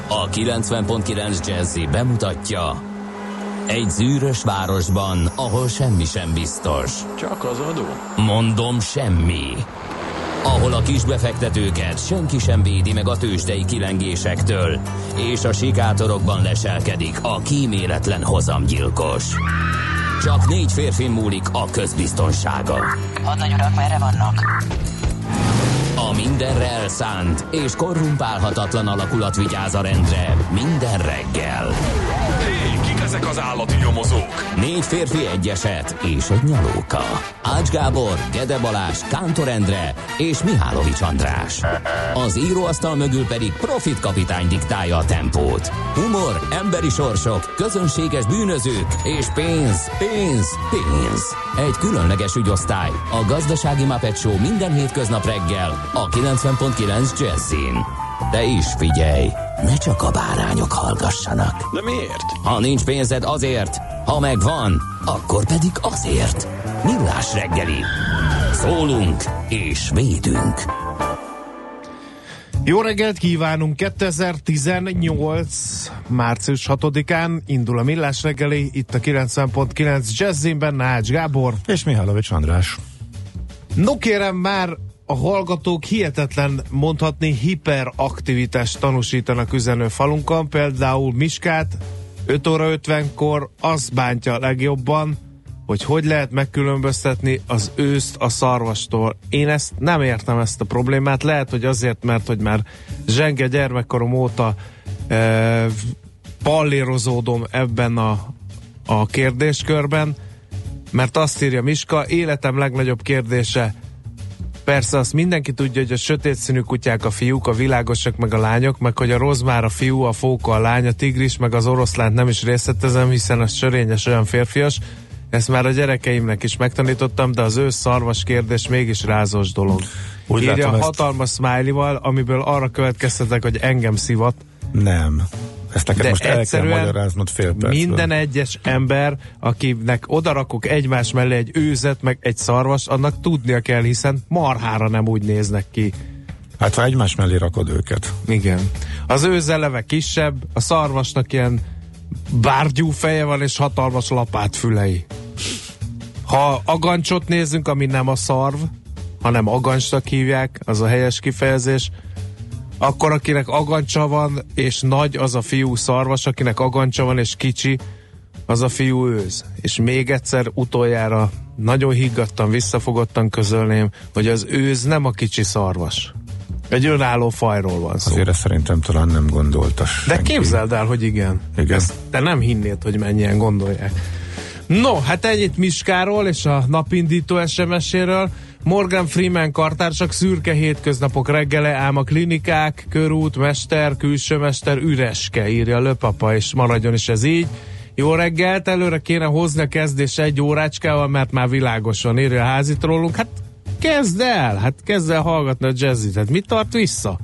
A 90.9 Jazzy bemutatja: egy zűrös városban, ahol semmi sem biztos. Csak az adó? Mondom, semmi. Ahol a kisbefektetőket senki sem védi meg a tőzsdei kilengésektől, és a sikátorokban leselkedik a kíméletlen hozamgyilkos. Csak 4 férfin múlik a közbiztonsága. Hadnagy urak, merre vannak? A mindenre elszánt és korrumpálhatatlan alakulat vigyáz a rendre minden reggel. Hé, kik ezek az állati nyomozók? 4 férfi, egy eset és egy nyalóka. Ács Gábor, Gede Balázs, Kántor Endre és Mihálovics András. Az íróasztal mögül pedig Profit kapitány diktálja a tempót. Humor, emberi sorsok, közönséges bűnözők és pénz, pénz, pénz. Egy különleges ügyosztály, a Gazdasági Muppet Show minden hétköznap reggel a 90.9 Jazzin. De is figyelj, ne csak a bárányok hallgassanak. De miért? Ha nincs pénzed, azért, ha megvan, akkor pedig azért. Millás reggeli. Szólunk és védünk. Jó reggelt kívánunk! 2018. március 6-án indul a Millás reggeli, itt a 90.9 Jazzinben, Ács Gábor és Mihálovics András. No kérem, már a hallgatók hihetetlen, mondhatni hiperaktivitást tanúsítanak üzenőfalunkon, például Miskát 5 óra 50-kor azt bántja legjobban, hogy lehet megkülönböztetni az őszt a szarvastól. Én ezt nem értem, ezt a problémát. Lehet, hogy azért, mert hogy már zsenge gyermekkorom óta pallérozódom ebben a kérdéskörben, mert azt írja Miska, életem legnagyobb kérdése, persze azt mindenki tudja, hogy a sötét színű kutyák a fiúk, a világosak meg a lányok, meg hogy a rozmár a fiú, a fóka a lány, a tigris meg az oroszlánt nem is részletezem, hiszen az sörényes, olyan férfias. Ezt már a gyerekeimnek is megtanítottam, de az ősz szarvas kérdés mégis rázós dolog. Úgy írja látom, hatalmas smiley-val, amiből arra következtetek, hogy engem szivat. Nem. Ezt neked de most el kell magyaráznod fél percben. Minden egyes ember, akinek odarakok egymás mellé egy őzet, meg egy szarvas, annak tudnia kell, hiszen marhára nem úgy néznek ki. Hát ha egymás mellé rakod őket. Igen. Az őz eleve kisebb, a szarvasnak ilyen bárgyú feje van, és hatalmas lapátfülei. Ha agancsot nézzünk, ami nem a szarv, hanem agancsnak hívják, az a helyes kifejezés, akkor akinek agancsa van és nagy, az a fiú szarvas, akinek agancsa van és kicsi, az a fiú őz. És még egyszer utoljára nagyon higgadtan, visszafogottan közölném, hogy az őz nem a kicsi szarvas. Egy önálló fajról van szó. Azért ezt szerintem talán nem gondolta senki. De képzeld el, hogy igen. Ezt te nem hinnéd, hogy mennyien gondolják. No, hát ennyit Miskáról és a napindító SMS-éről. Morgan Freeman kartársak, szürke hétköznapok reggele, ám a klinikák, körút, mester, külsőmester üreske, írja Löpapa, és maradjon is ez így. Jó reggelt, előre kéne hozni a kezdés 1 órácskával, mert már világos van, írja a házit rólunk. Hát kezd el hallgatni a jazzit, hát mit tart vissza?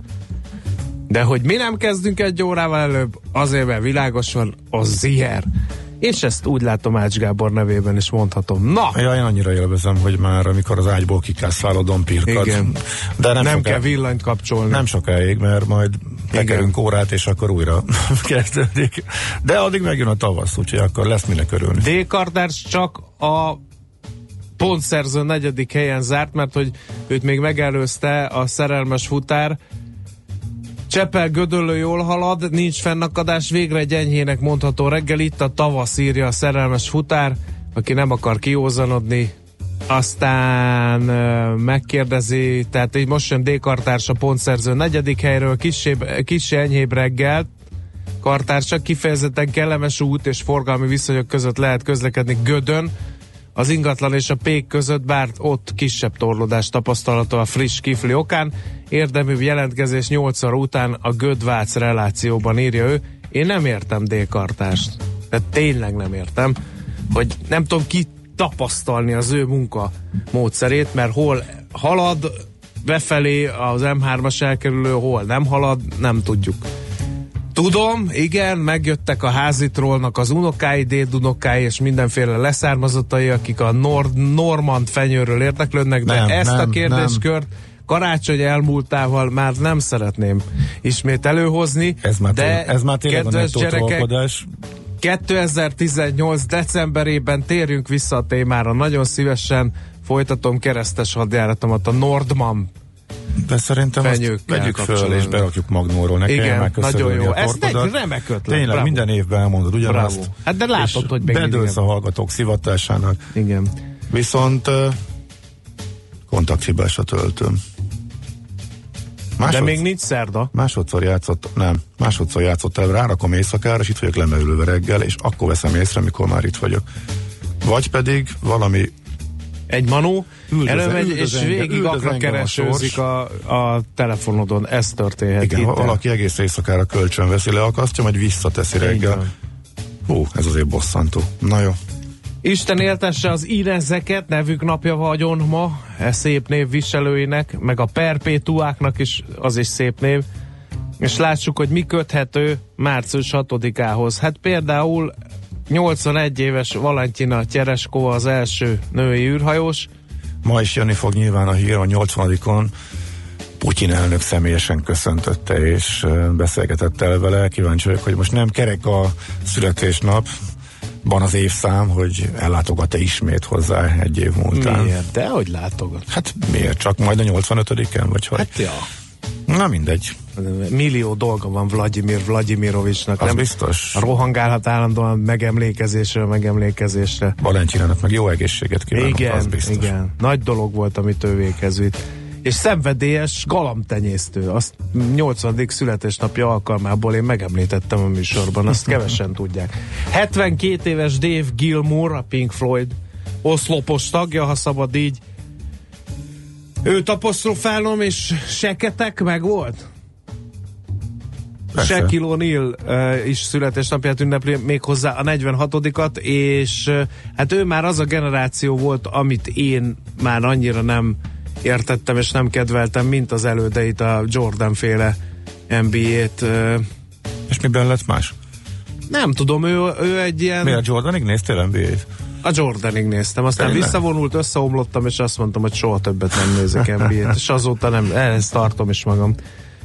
De hogy mi nem kezdünk 1 órával előbb, azért, mert világos van, az ziher. És ezt úgy látom Ács Gábor nevében is mondhatom. Na! Ja, én annyira élvezem, hogy már amikor az ágyból kikászál a dompirkad. Igen. De nem kell villanyt kapcsolni. Nem sokáig, mert majd tekerünk órát, és akkor újra kezdődik. De addig megjön a tavasz, úgyhogy akkor lesz minek örülni. D-kartárs csak a pontszerző 4. helyen zárt, mert hogy őt még megelőzte a szerelmes futár. Csepel Gödöllő jól halad, nincs fennakadás, végre gyenyhének mondható reggel, itt a tavasz, írja a szerelmes futár, aki nem akar kiózanodni. Aztán megkérdezi, tehát így most jön D-kartárs a pontszerző 4. helyről, kissé enyhébb reggel, kartársak, kifejezetten kellemes út és forgalmi viszonyok között lehet közlekedni Gödön, az ingatlan és a pék között, bár ott kisebb torlódás tapasztalható a friss kifli okán. Érdemű jelentkezés 8 óra után a Göd-Vác relációban, írja ő. Én nem értem D-kartást. Tehát tényleg nem értem, hogy nem tudom ki tapasztalni az ő munka módszerét, mert hol halad befelé az M3-as elkerülő, hol nem halad, nem tudjuk. Tudom, igen, megjöttek a házitrónak az unokái, dédunokái és mindenféle leszármazottai, akik a normand fenyőről érdeklődnek, de a kérdéskört karácsony elmúltával már nem szeretném ismét előhozni, ez már tényleg a trollkodás. 2018 decemberében térjünk vissza a témára. Nagyon szívesen folytatom keresztes hadjáratomat a Nordman. De szerintem azt vegyük föl és berakjuk Magnóról. Igen, nagyon jó. Ez egy remek ötlet. Tényleg bravo. Minden évben elmondod ugyanazt. Bravo. Hát de látod, hogy bedőlsz a hallgatók szivatásának. Igen. Viszont kontakthibásra töltöm. De még nincs szerda. Másodszor játszott el, rárakom éjszakára, és itt vagyok lemerülve reggel, és akkor veszem észre, mikor már itt vagyok. Vagy pedig valami egy manó előmegy, és végig akra keresőzik a telefonodon. Ez történhet. Igen, valaki egész éjszakára kölcsön veszi, leakasztja, majd visszateszi reggel. Hú, ez azért bosszantó. Na jó. Isten éltesse az Inezeket, nevük napja vagyon ma, szép név viselőinek, meg a perpétuáknak is, az is szép név. És lássuk, hogy mi köthető március 6-ához. Hát például 81 éves Valentina Tereshkova az első női űrhajós. Ma is jönni fog nyilván a hír, a 80-on Putyin elnök személyesen köszöntötte és beszélgetett el vele. Kíváncsi vagyok, hogy most nem kerek a születésnap, van az évszám, hogy ellátogat-e ismét hozzá egy év múltán. Miért? De hogy látogat? Hát miért? Csak majd a 85-en? Vagy hogy? Hát ja. Na mindegy. Millió dolga van Vladimir Vladimirovicsnak. Az nem biztos. Rohangálhat állandóan megemlékezésre. Valentyinának meg jó egészséget kívánok, igen, az biztos. Igen, nagy dolog volt, amit ő véghez vitt. És szenvedélyes galamtenyésztő. Azt 80. születésnapja alkalmából én megemlítettem a műsorban, azt kevesen tudják. 72 éves Dave Gilmour, a Pink Floyd oszlopos tagja, ha szabad így. Őt apostrofálnom, és seketek meg volt? Shaquille O'Neal is születésnapját ünnepli méghozzá a 46-at, és hát ő már az a generáció volt, amit én már annyira nem értettem és nem kedveltem, mint az elődeit, a Jordan-féle NBA-t. És miben lett más? Nem tudom, ő egy ilyen... Miért a Jordanig néztél NBA-t? A Jordanig néztem, aztán visszavonult, összeomlottam, és azt mondtam, hogy soha többet nem nézek NBA-t, és azóta nem, ezt tartom is magam.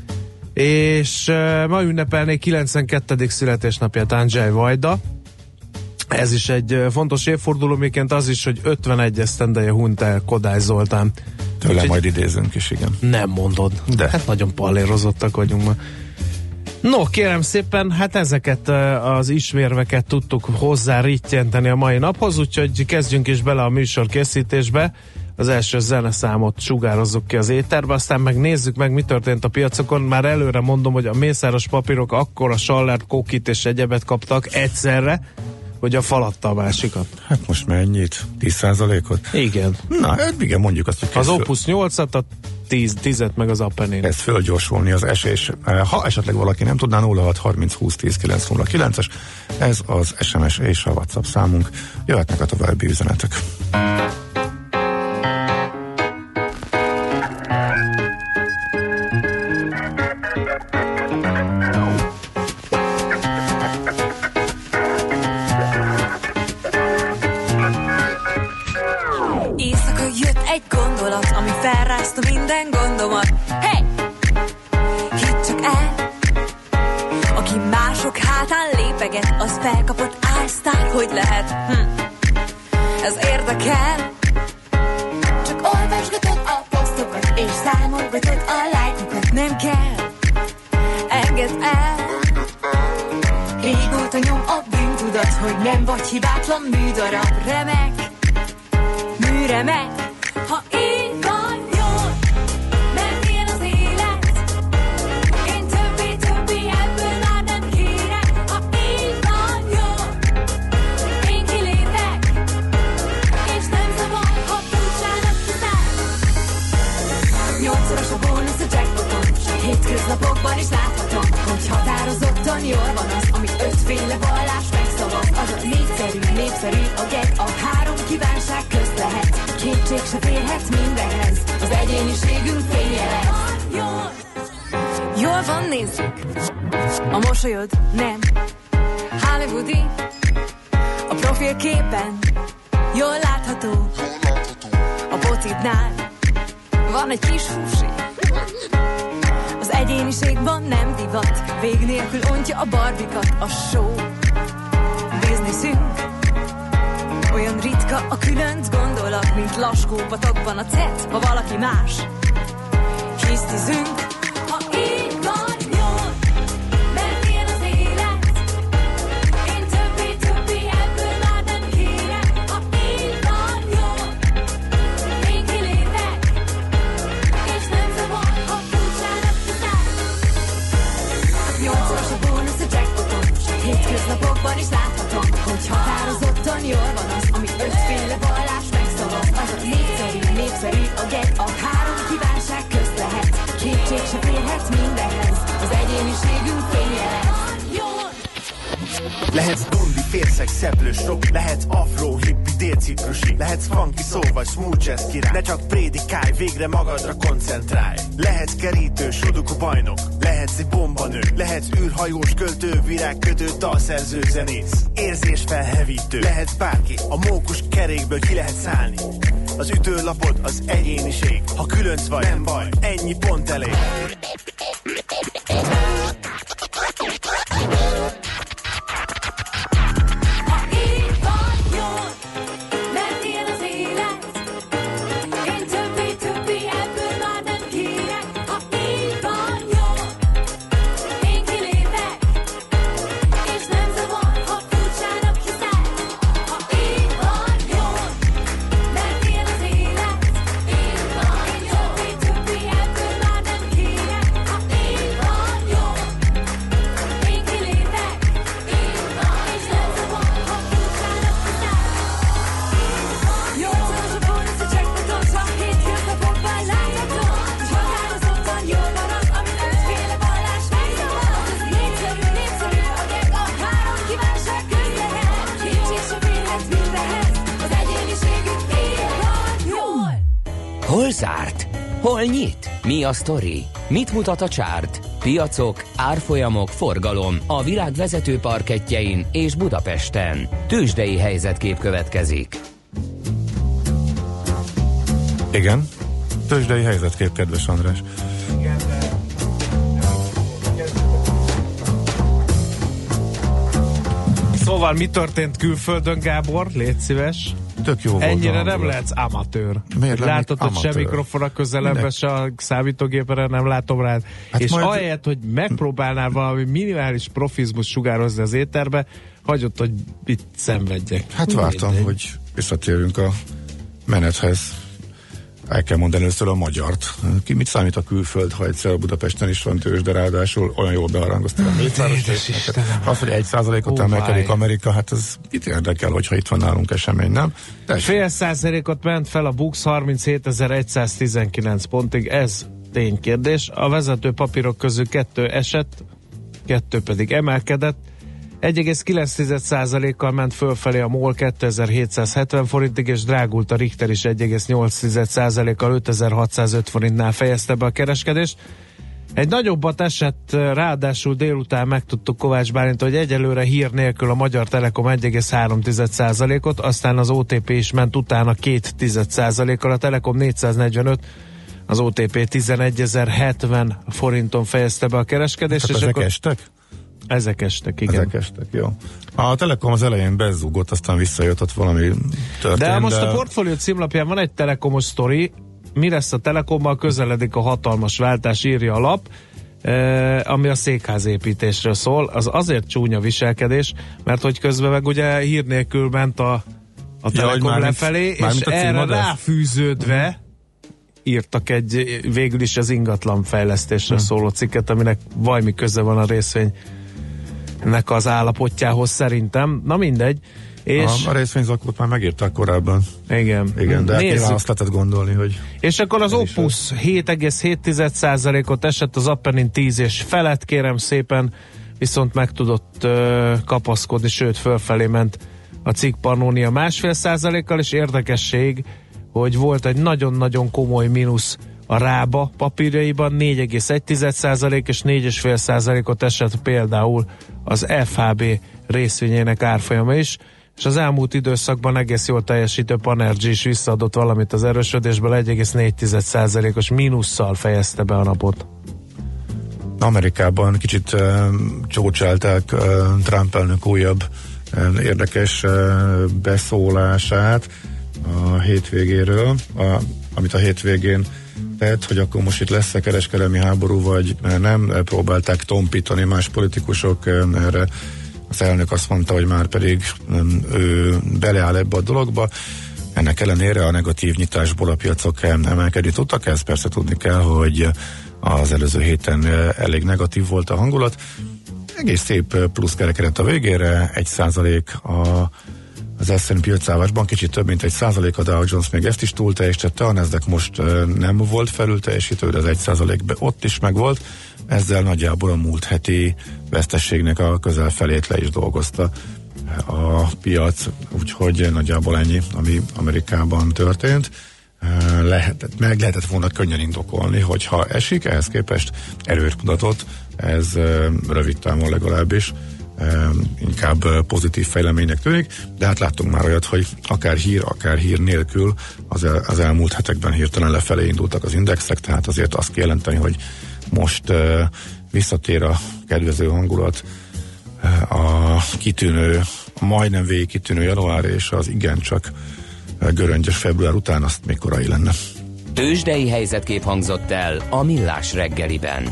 És ma ünnepelnék 92. születésnapját Andrzej Vajda. Ez is egy fontos évforduló, miként az is, hogy 51 esztendeje hunyt el Kodály Zoltán. Tőle majd idézünk is, igen. Nem mondod. De. Hát nagyon pallérozottak vagyunk ma. No, kérem szépen, hát ezeket az ismérveket tudtuk hozzá rittyenteni a mai naphoz, úgyhogy kezdjünk is bele a műsor készítésbe. Az első zeneszámot sugározzuk ki az éterbe, aztán megnézzük meg, mi történt a piacokon. Már előre mondom, hogy a mészáros papírok akkora sallert, kokit és egyebet kaptak egyszerre, hogy a falatta a másikat. Hát most mennyit? 10%-ot? Igen. Na, igen, mondjuk azt, hogy az Opus 8-at, a 10-et meg az Apennin. Ez fölgyorsulni az esés. Ha esetleg valaki nem tudná, 06 30 20 10 909-es, ez az SMS és a WhatsApp számunk. Jöhetnek a további üzenetek. Ami felrázta minden gondomat. Hey! Hidd csak el, aki mások hátán lépeget, az felkapott álsztár, hogy lehet. Ez érdekel. Csak olvasgatod a posztokat, és számolgatod a lájkokat. Nem kell, engedd el. Régóta nyom a bűntudat, hogy nem vagy hibátlan műdarab. Remek, műremek. Ha így van jól, mert ilyen az élet, én többi ebből már nem kérek. Ha így van jól, én kilépek, és nem szabad, ha furcsának hiszek. 8-szoros a bónusz a jackpoton, hétköznapokban is láthatom, hogy határozottan jól van az, ami 5 féle vallás megszavaz. Az a népszerű a geg, a 3 kívánság közt lehet. Kétség se férhet mindenhez, az egyéniségünk fénye lesz. Jól van, nézzük. A mosolyod nem hollywoodi, a profilképen jól látható. A botidnál van egy kis fusi. Az egyéniségben nem divat, vég nélkül ontja a barbikat. A show bizniszünk olyan ritka a különc gondolat, mint laskó patakban a cet, ha valaki más. Hisztizünk, ha így vagy jól, mert ilyen az élet. Én többé ebből már nem kérek. Ha így van jól, én kilépek, és nem zavar, ha furcsának teszek. 8-as a bónusz a jackpoton, hétköznapokban is láthatom, hogy határozottan jól van az, ami ötféle vallás megszavaz. Az a népszerű a get, a három kívánság közt lehet. Kétség se férhet mindenhez, az egyéniségünk fényjelez. Lehetsz dundi, férszeg, szeplős rock, lehetsz afro, hippi, délciprusi, lehetsz funky szó vagy smooth jazz király. Ne csak prédikálj, végre magadra koncentrálj. Lehetsz kerítő, sudoku bajnok, lehetsz egy bombanő, lehetsz űrhajós, költő, virágkötő, dalszerző, zenész, érzésfelhevítő. Lehetsz bárki, a mókus kerékből ki lehet szállni. Az ütőlapod az egyéniség, ha különc vagy, nem baj, ennyi pont elég. Hol zárt? Hol nyit? Mi a sztori? Mit mutat a csárt? Piacok, árfolyamok, forgalom a világ vezető parkettjein és Budapesten. Tőzsdei helyzetkép következik. Igen, tőzsdei helyzetkép, kedves András. Szóval mi történt külföldön, Gábor? Légy szíves. Tök jó volt. Ennyire nem lehetsz amatőr. Miért látod, hogy amatőr? se mikrofonra közelebben, se a számítógépre nem látom rád. Hát és ahelyett, hogy megpróbálnál valami minimális profizmus sugározni az éterbe, hagyott, hogy itt szenvedjek. Hát vártam, hogy visszatérjünk a menethez. El kell mondani először a magyart. Ki mit számít a külföld, ha egyszer a Budapesten is van tőzs, de ráadásul olyan jól beharangozták a 400-as. Az, hogy 1%-ot emelkedik Amerika, hát ez itt érdekel, hogyha itt van nálunk esemény, nem? Fél százalékot ment fel a BUX 37.119 pontig, ez ténykérdés. A vezető papírok közül 2 esett, 2 pedig emelkedett. 1,9%-kal ment fölfelé a MOL 2770 forintig, és drágult a Richter is 1,8%-kal 5605 forintnál fejezte be a kereskedést. Egy nagyobbat esett, ráadásul délután megtudtuk Kovács Bálint, hogy egyelőre hír nélkül a Magyar Telekom 1,3%-ot, aztán az OTP is ment utána 2%-kal, a Telekom 445, az OTP 11.070 forinton fejezte be a kereskedést. Tehát és ezek estek? Ezek estek, igen. Ezek estek, jó. A Telekom az elején bezzúgott, aztán visszajött, ott valami történt. De most a portfólió címlapján van egy telekomos sztori, mi lesz a Telekommal, közeledik a hatalmas váltás, írja a lap, ami a székházépítésről szól. Az azért csúnya viselkedés, mert hogy közben meg ugye hír nélkül ment a Telekom lefelé, és erre ráfűződve írtak egy végül is az ingatlan fejlesztésre szóló cikket, aminek vajmi köze van a részvénynek az állapotjához szerintem. Na mindegy. És a részvényzakót már megírták korábban. Igen, de nyilván azt lehetett gondolni, hogy... És akkor az Opus 7,7%-ot esett, az Appenin 10 és felett, kérem szépen, viszont meg tudott kapaszkodni, sőt fölfelé ment a cikk Pannonia 1,5%-kal, és érdekesség, hogy volt egy nagyon-nagyon komoly mínusz a Rába papírjaiban, 4,1% és 4,5%-ot esett például az FHB részvényének árfolyama is. és az elmúlt időszakban egész jól teljesítő Panergy is visszaadott valamit az erősödésből, 1,4%-os mínusszal fejezte be a napot. Amerikában kicsit csócsálták Trump elnök újabb érdekes beszólását a hétvégéről, amit a hétvégén tett, hogy akkor most itt lesz-e kereskedelmi háború, vagy nem, próbálták tompítani más politikusok erre. Az elnök azt mondta, hogy már pedig ő beleáll ebbe a dologba. Ennek ellenére a negatív nyitásból a piacok emelkedni tudtak. Ezt persze tudni kell, hogy az előző héten elég negatív volt a hangulat. Egész szép plusz kerekedett a végére, 1% az S&P 500-asban, kicsit több mint 1%, a Dow Jones még ezt is túl teljesítette, a Nasdaq most nem volt felül teljesítő, de az 1% ott is megvolt. Ezzel nagyjából a múlt heti vesztességnek a közel felét le is dolgozta a piac, úgyhogy nagyjából ennyi, ami Amerikában történt. Meg lehetett volna könnyen indokolni, hogyha esik, ehhez képest erőt mutatott, ez rövid távon legalábbis inkább pozitív fejleménynek tűnik, de hát láttunk már olyat, hogy akár hír nélkül az elmúlt hetekben hirtelen lefelé indultak az indexek, tehát azért azt kijelenteni, hogy most visszatér a kedvező hangulat, a kitűnő, majdnem végig kitűnő január és az igencsak göröngyös február után, azt még korai lenne. Tőzsdei helyzetkép hangzott el a Millás reggeliben.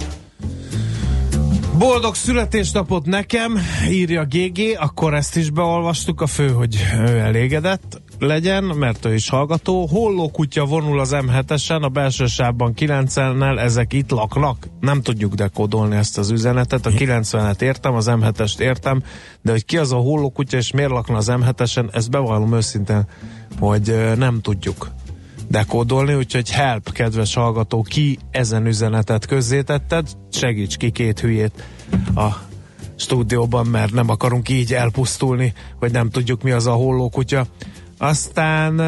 Boldog születésnapot nekem, írja GG, akkor ezt is beolvastuk, a fő, hogy ő elégedett legyen, mert ő is hallgató. Hollókutya vonul az M7-esen, a belső sávban 90-nel, ezek itt laknak? Nem tudjuk dekódolni ezt az üzenetet, a 90-et értem, az M7-est értem, de hogy ki az a hollókutya és miért lakna az M7-esen, ezt bevallom őszintén, hogy nem tudjuk dekódolni, úgyhogy help, kedves hallgató, ki ezen üzenetet közzétetted, segíts ki két hülyét a stúdióban, mert nem akarunk így elpusztulni, hogy nem tudjuk mi az a hollókutya. Aztán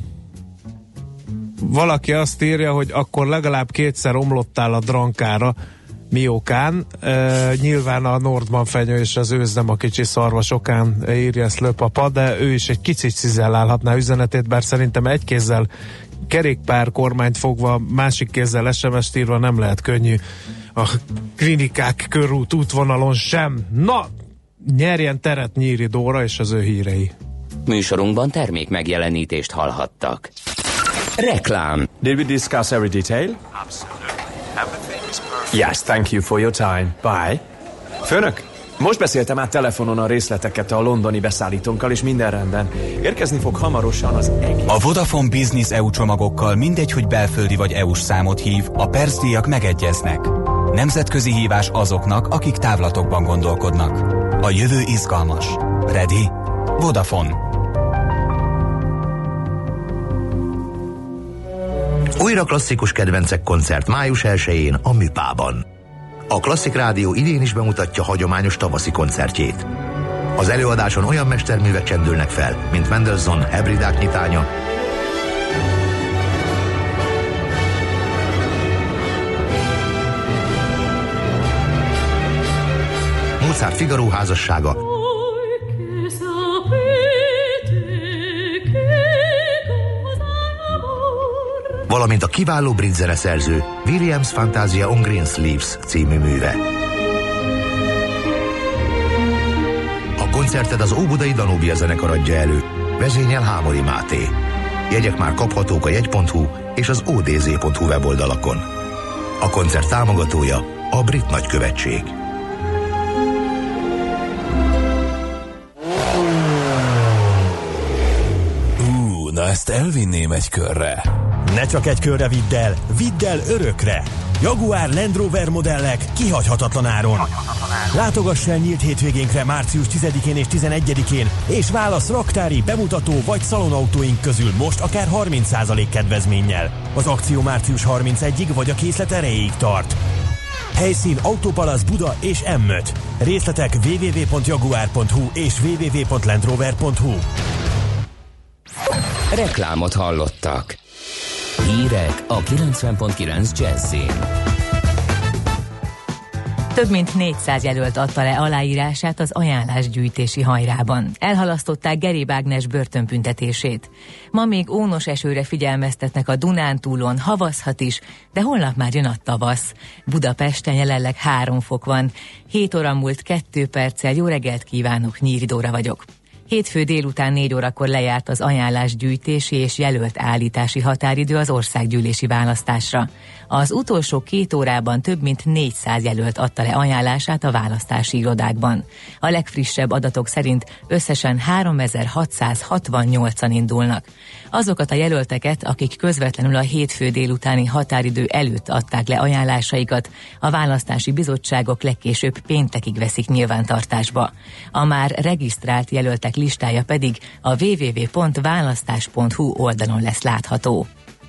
valaki azt írja, hogy akkor legalább kétszer omlottál a drankára, miókán. Nyilván a Nordman fenyő és az őz nem a kicsi szarvasokán, írja ezt Löpapa, de ő is egy kicsit cizellálhatná üzenetét, bár szerintem egy kézzel kerékpár kormányt fogva, másik kézzel SMS-t írva nem lehet könnyű a klinikák körút útvonalon sem. Na, nyerjen teret Nyíri Dóra és az ő hírei. Műsorunkban termék megjelenítést hallhattak. Reklám. Did we discuss every detail? Absolutely. Everything is perfect. Yes, thank you for your time. Bye. Főnök, most beszéltem át telefonon a részleteket a londoni beszállítónkkal, és minden rendben. Érkezni fog hamarosan az egész. A Vodafone Business EU csomagokkal mindegy, hogy belföldi vagy EU-s számot hív, a percdíjak megegyeznek. Nemzetközi hívás azoknak, akik távlatokban gondolkodnak. A jövő izgalmas. Ready? Vodafone. Újra klasszikus kedvencek koncert május 1-én a Műpában. A Klasszik Rádió idén is bemutatja hagyományos tavaszi koncertjét. Az előadáson olyan mesterművek csendülnek fel, mint Mendelssohn Hebridák nyitánya, Mozart Figaro házassága, valamint a kiváló brit zeneszerző Williams Fantasia on Greensleeves című műve. A koncertet az Óbudai Danubia zenekar adja elő, vezényel Hámori Máté. Jegyek már kaphatók a jegy.hu és az odz.hu weboldalakon. A koncert támogatója a Brit Nagykövetség. Na ezt elvinném egy körre. Ne csak egy körre vidd el örökre! Jaguar Land Rover modellek kihagyhatatlan áron. Látogass el nyílt hétvégénkre március 10-én és 11-én, és válasz raktári, bemutató vagy szalonautóink közül most akár 30% kedvezménnyel. Az akció március 31-ig vagy a készlet erejéig tart. Helyszín Autópalasz Buda és M5. Részletek www.jaguar.hu és www.landrover.hu. Reklámot hallottak. Hírek a 90.9 Jazzin. Több mint 400 jelölt adta le aláírását az ajánlásgyűjtési hajrában. Elhalasztották Geréb Ágnes börtönbüntetését. Ma még ónos esőre figyelmeztetnek a Dunántúlon, havazhat is, de holnap már jön a tavasz. Budapesten jelenleg 3 fok van. 7 óra múlt 2 perccel. Jó reggelt kívánok, Nyíri Dóra vagyok. Hétfő délután 4 órakor lejárt az ajánlásgyűjtési és jelölt állítási határidő az országgyűlési választásra. Az utolsó 2 órában több mint 400 jelölt adta le ajánlását a választási irodákban. A legfrissebb adatok szerint összesen 3668-an indulnak. Azokat a jelölteket, akik közvetlenül a hétfő délutáni határidő előtt adták le ajánlásaikat, a választási bizottságok legkésőbb péntekig veszik nyilvántartásba. A már regisztrált jelöltek listája pedig a www.választás.hu oldalon lesz látható.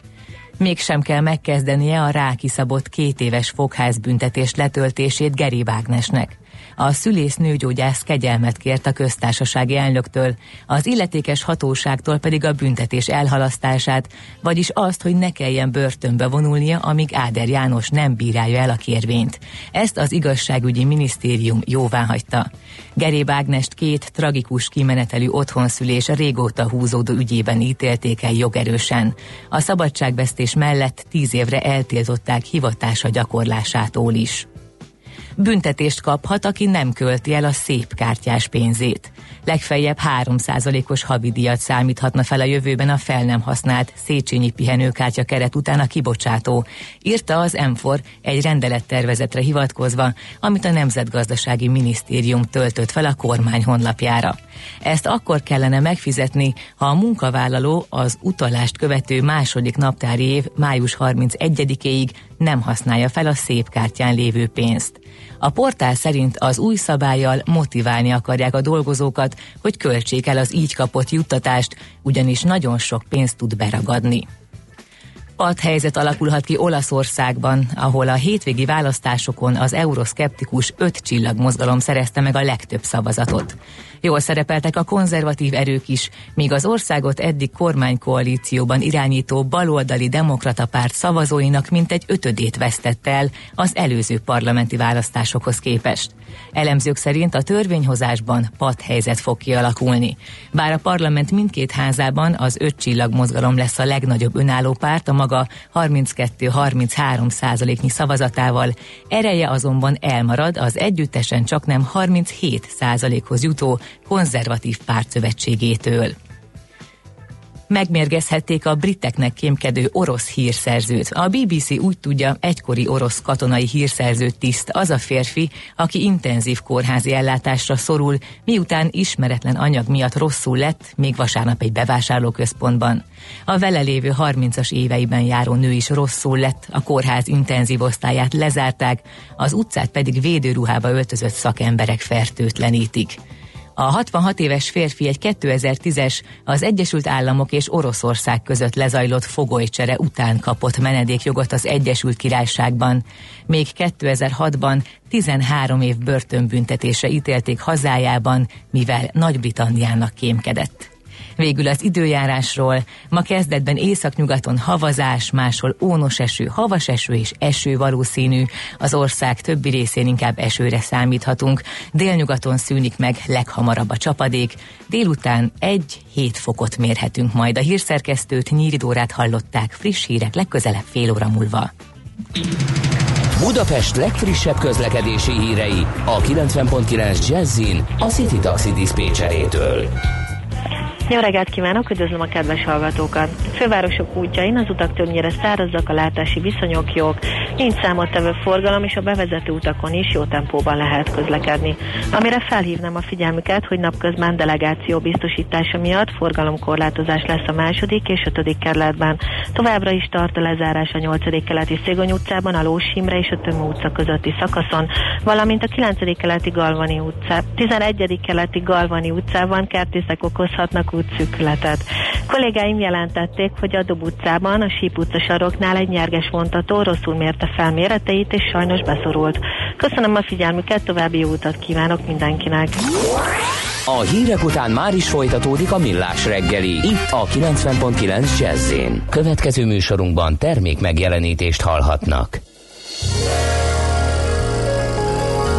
Mégsem kell megkezdenie a rákiszabott 2 éves fogházbüntetés letöltését Geréb Ágnesnek. A szülész nőgyógyász kegyelmet kért a köztársasági elnöktől, az illetékes hatóságtól pedig a büntetés elhalasztását, vagyis azt, hogy ne kelljen börtönbe vonulnia, amíg Áder János nem bírálja el a kérvényt. Ezt az igazságügyi minisztérium jóváhagyta. Geréb Ágnest 2 tragikus kimenetelű otthonszülés régóta húzódó ügyében ítélték el jogerősen. A szabadságvesztés mellett 10 évre eltiltották hivatása gyakorlásától is. Büntetést kaphat, aki nem költi el a szép kártyás pénzét. Legfeljebb 3%-os havidíjat számíthatna fel a jövőben a fel nem használt Széchenyi pihenőkártya keret után a kibocsátó, írta az M4 egy rendelettervezetre hivatkozva, amit a Nemzetgazdasági Minisztérium töltött fel a kormány honlapjára. Ezt akkor kellene megfizetni, ha a munkavállaló az utalást követő második naptári év május 31-éig nem használja fel a szép kártyán lévő pénzt. A portál szerint az új szabállyal motiválni akarják a dolgozókat, hogy költsék el az így kapott juttatást, ugyanis nagyon sok pénzt tud beragadni. Padhelyzet alakulhat ki Olaszországban, ahol a hétvégi választásokon az euroszkeptikus 5 csillag mozgalom szerezte meg a legtöbb szavazatot. Jól szerepeltek a konzervatív erők is, míg az országot eddig kormánykoalícióban irányító baloldali demokrata párt szavazóinak mintegy 5-ödét vesztett el az előző parlamenti választásokhoz képest. Elemzők szerint a törvényhozásban padhelyzet fog kialakulni. Bár a parlament mindkét házában az 5 csillag mozgalom lesz a legnagyobb önálló párt a maga 32-33%-nyi szavazatával, ereje azonban elmarad az együttesen csaknem 37%-hoz jutó konzervatív pártszövetségétől. Megmérgezhették a briteknek kémkedő orosz hírszerzőt. A BBC úgy tudja, egykori orosz katonai hírszerző tiszt az a férfi, aki intenzív kórházi ellátásra szorul, miután ismeretlen anyag miatt rosszul lett, még vasárnap egy bevásárlóközpontban. A vele lévő 30-as éveiben járó nő is rosszul lett, a kórház intenzív osztályát lezárták, az utcát pedig védőruhába öltözött szakemberek fertőtlenítik. A 66 éves férfi egy 2010-es az Egyesült Államok és Oroszország között lezajlott fogolycsere után kapott menedékjogot az Egyesült Királyságban. Még 2006-ban 13 év börtönbüntetésre ítélték hazájában, mivel Nagy-Britanniának kémkedett. Végül az időjárásról. Ma kezdetben északnyugaton havazás, máshol ónos eső, havas eső és eső valószínű. Az ország többi részén inkább esőre számíthatunk. Délnyugaton szűnik meg leghamarabb a csapadék. Délután 1-7 fokot mérhetünk majd. A hírszerkesztőt, Nyíri Dórát hallották, friss hírek legközelebb fél óra múlva. Budapest legfrissebb közlekedési hírei a 90.9 Jazzin a City Taxi diszpécserétől. Jó reggelt kívánok, üdvözlöm a kedves hallgatókat! Fővárosok útjain az utak többnyire szárazzak, a látási viszonyok jók, nincs számottevő forgalom, és a bevezető utakon is jó tempóban lehet közlekedni. Amire felhívnám a figyelmüket, hogy napközben delegáció biztosítása miatt forgalomkorlátozás lesz a 2. és 5. kerületben. Továbbra is tart a lezárás a 8. keleti Székony utcában, a Lós Imre és a Tömő utca közötti szakaszon, valamint a 9. keleti Galvani utcában, 11. keleti Galvani utcában kertészek okozhatnak útszűkületet. Kollégáim jelentették, hogy a Dob utcában, a Síp utca saroknál egy nyerges vontató rosszul mérte fel méreteit, és sajnos beszorult. Köszönöm a figyelmüket, további jó utat kívánok mindenkinek! A hírek után már is folytatódik a Millás reggeli, itt a 90.9 Jazz-én. Következő műsorunkban termék megjelenítést hallhatnak.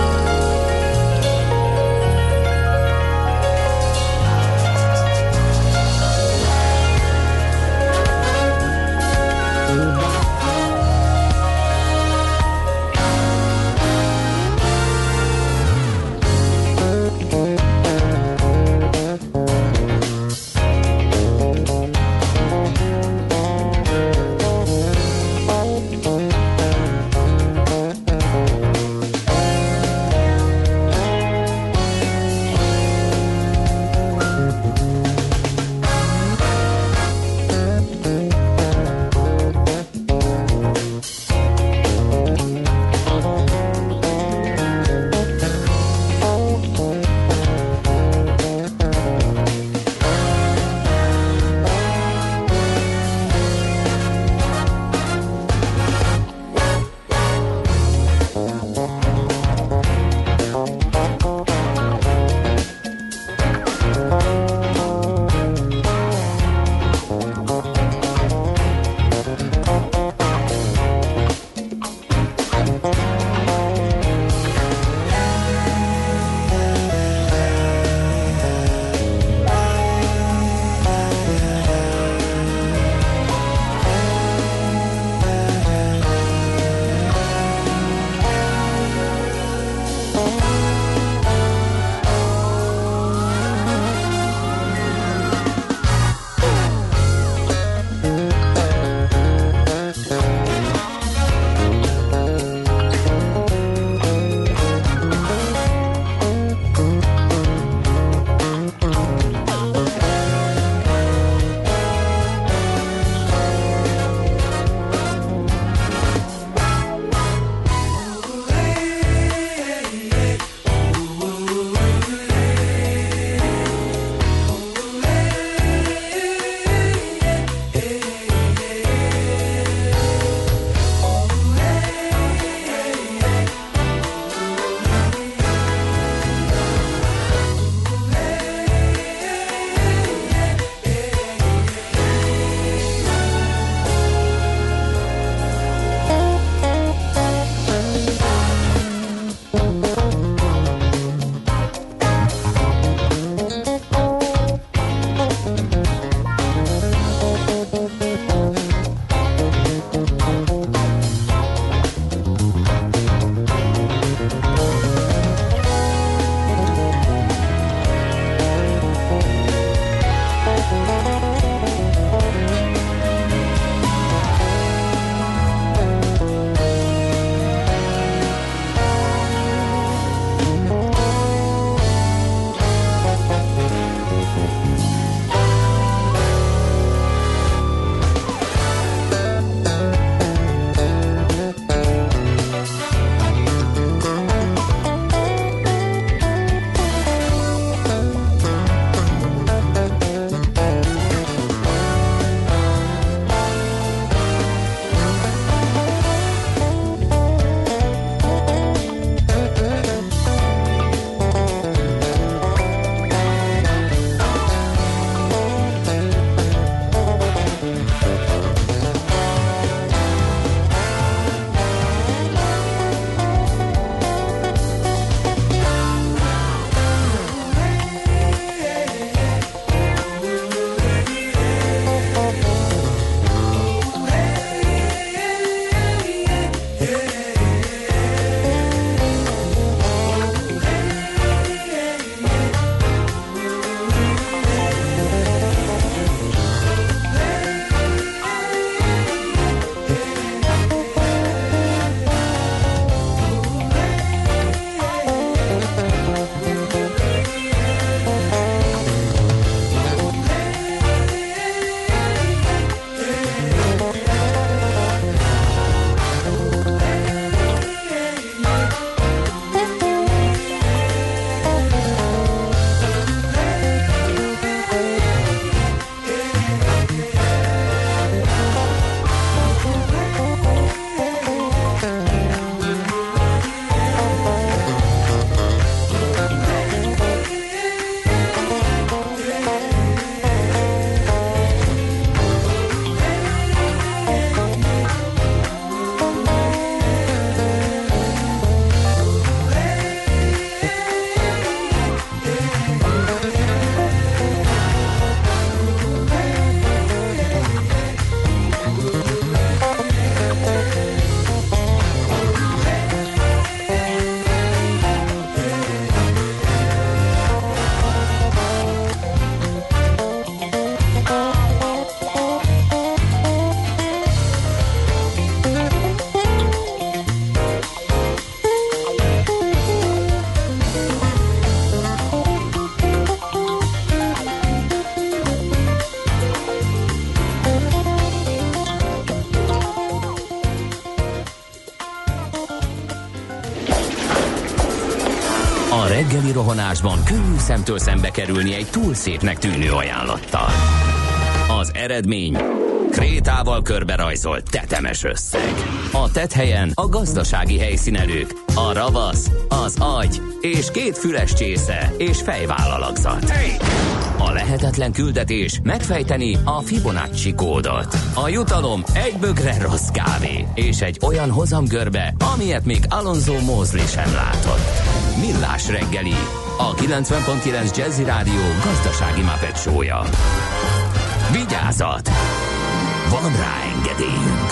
A reggeli rohanásban könnyű szemtől szembe kerülni egy túl szépnek tűnő ajánlattal. Az eredmény krétával körberajzolt tetemes összeg. A tetthelyen a gazdasági helyszínelők, a ravasz, az agy és 2 füles csésze és fejvállalakzat. A lehetetlen küldetés megfejteni a Fibonacci kódot. A jutalom egy bögre rossz kávé és egy olyan hozamgörbe, amilyet még Alonso Mosley sem látott. Millás reggeli, a 90.9 Jazzy Rádió gazdasági Muppet show-ja. Vigyázat! Van rá engedélyünk!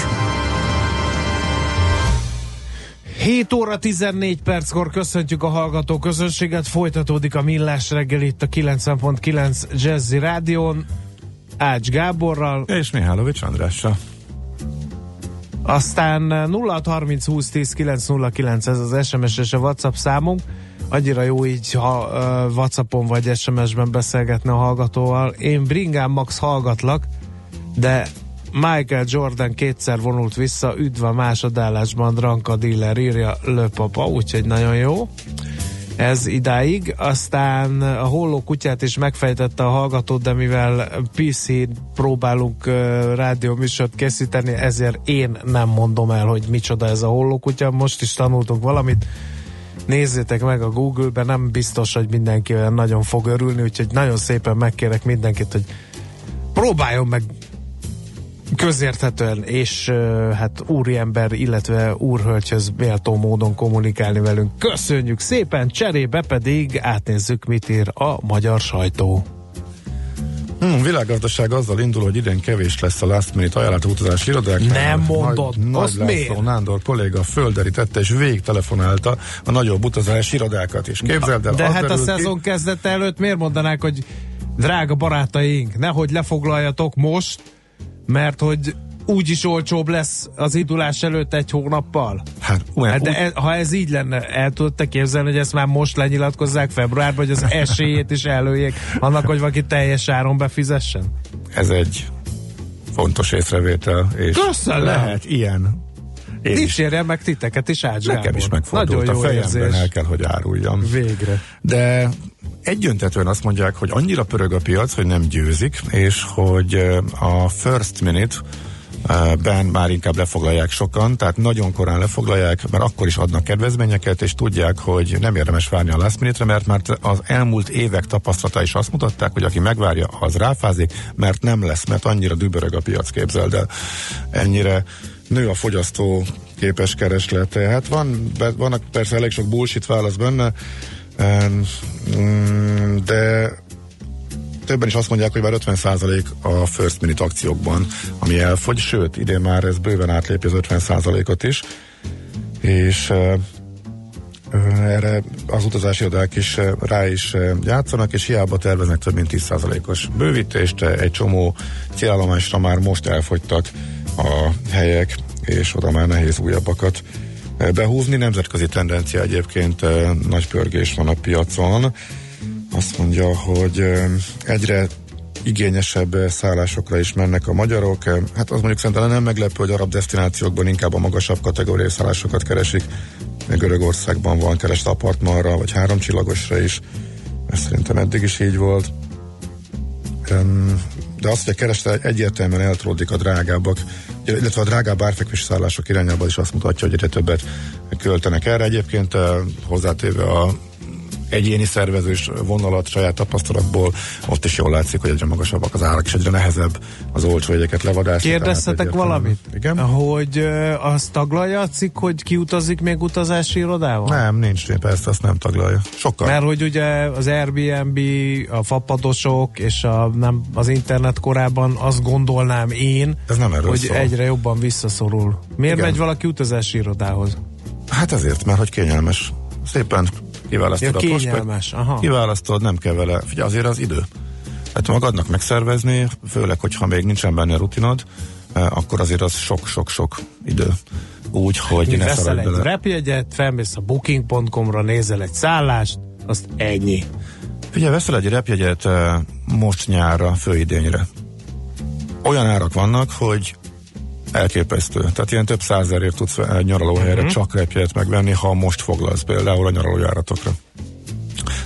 7 óra 14 perckor köszöntjük a hallgató közönséget, folytatódik a Millás reggel itt a 90.9 Jazzy Rádión, Ács Gáborral és Mihálovics Andrással. Aztán 0630 20 10 909 ez az SMS és a WhatsApp számunk. Annyira jó így, ha WhatsAppon vagy SMS-ben beszélgetne a hallgatóval. Én Bringán Max hallgatlak, de Michael Jordan 2-szer vonult vissza, üdv a másodállásban, Dranka Dealer, írja Löpapa, úgyhogy nagyon jó. Ez idáig. Aztán a Holló kutyát is megfejtette a hallgató, de mivel PC-n próbálunk rádióműsort készíteni, ezért én nem mondom el, hogy micsoda ez a Holló kutya. Most is tanultunk valamit. Nézzétek meg a Google-ben, nem biztos, hogy mindenki olyan nagyon fog örülni, úgyhogy nagyon szépen megkérek mindenkit, hogy próbáljon meg közérthetően és hát úriember, illetve úrhölgyhöz méltó módon kommunikálni velünk. Köszönjük szépen, cserébe pedig átnézzük, mit ír a magyar sajtó. Világgazdaság azzal indul, hogy idén kevés lesz a last minute ajánlati utazási irodák. Nem mondod, Nagy László Nándor kolléga földerítette és végig telefonálta a nagyobb utazási irodákat is. Képzeld el, de hát a szezon kezdete előtt miért mondanák, hogy drága barátaink, nehogy lefoglaljatok most, mert hogy úgyis olcsóbb lesz az indulás előtt 1 hónappal. De ha ez így lenne, el tudod te képzelni, hogy ezt már most lenyilatkozzák februárban, hogy az esélyét is előjék annak, hogy valaki teljes áron befizessen? Ez egy fontos észrevétel, és köszönöm. Lehet ilyen. Dicsérjen meg titeket is, Ács Gábor. Nekem is megfordult a fejemben, el kell, hogy áruljam. Végre. De egyöntetően azt mondják, hogy annyira pörög a piac, hogy nem győzik, és hogy a first minute ben már inkább lefoglalják sokan, tehát nagyon korán lefoglalják, mert akkor is adnak kedvezményeket, és tudják, hogy nem érdemes várni a last minute-re, mert már az elmúlt évek tapasztalata is azt mutatták, hogy aki megvárja, az ráfázik, mert nem lesz, mert annyira dübörög a piac, képzeld el. Ennyire nő a fogyasztó képes kereslete. Hát vannak persze elég sok bullshit válasz benne, de többen is azt mondják, hogy már 50% a first minute akciókban, ami elfogy, sőt, idén már ez bőven átlépi az 50%-ot is, és erre az utazási irodák is rá is játszanak, és hiába terveznek több mint 10%-os bővítést, egy csomó célállomásra már most elfogytak a helyek, és oda már nehéz újabbakat behúzni. Nemzetközi tendencia egyébként, nagy pörgés van a piacon. Azt mondja, hogy egyre igényesebb szállásokra is mennek a magyarok. Hát az mondjuk szerintem nem meglepő, hogy arab desztinációkban inkább a magasabb kategóriai szállásokat keresik. Görögországban van keresett apartmanra, vagy 3 csillagosra is. Ez szerintem eddig is így volt. De azt, hogy a kereslet egyértelműen eltolódik a drágábbak, illetve a drágább árfekvési szállások irányába is azt mutatja, hogy egyre többet költenek erre. Egyébként hozzátéve a egyéni szervezős vonalat saját tapasztalatból, ott is jól látszik, hogy egyre magasabbak az árak, és egyre nehezebb az olcsó jegyeket levadászni. Kérdeztetek valamit? Igen? Hogy azt taglalja a cikk, hogy ki utazik még utazási irodával? Nem, nincs, persze azt nem taglalja. Sokkal. Mert hogy ugye az Airbnb, a fapadosok és az internet korában azt gondolnám én, ez nem erről hogy szól. Egyre jobban visszaszorul. Miért igen. megy valaki utazási irodához? Hát ezért, mert hogy kényelmes. Szépen kiválasztod a kényelmes, aha. Kiválasztod, nem kell vele. Figyelj, azért az idő. Hát magadnak megszervezni, főleg, hogyha még nincsen benne a rutinod, akkor azért az sok-sok-sok idő. Úgy, hogy ne veszel egy repjegyet, felmész a booking.com-ra, nézel egy szállást, azt ennyi. Figyelj, veszel egy repjegyet most nyárra, főidényre. Olyan árak vannak, hogy elképesztő. Tehát ilyen több 100 000-ért tudsz egy nyaralóhelyre csak repjegyet megvenni, ha most foglalsz például a nyaralójáratokra.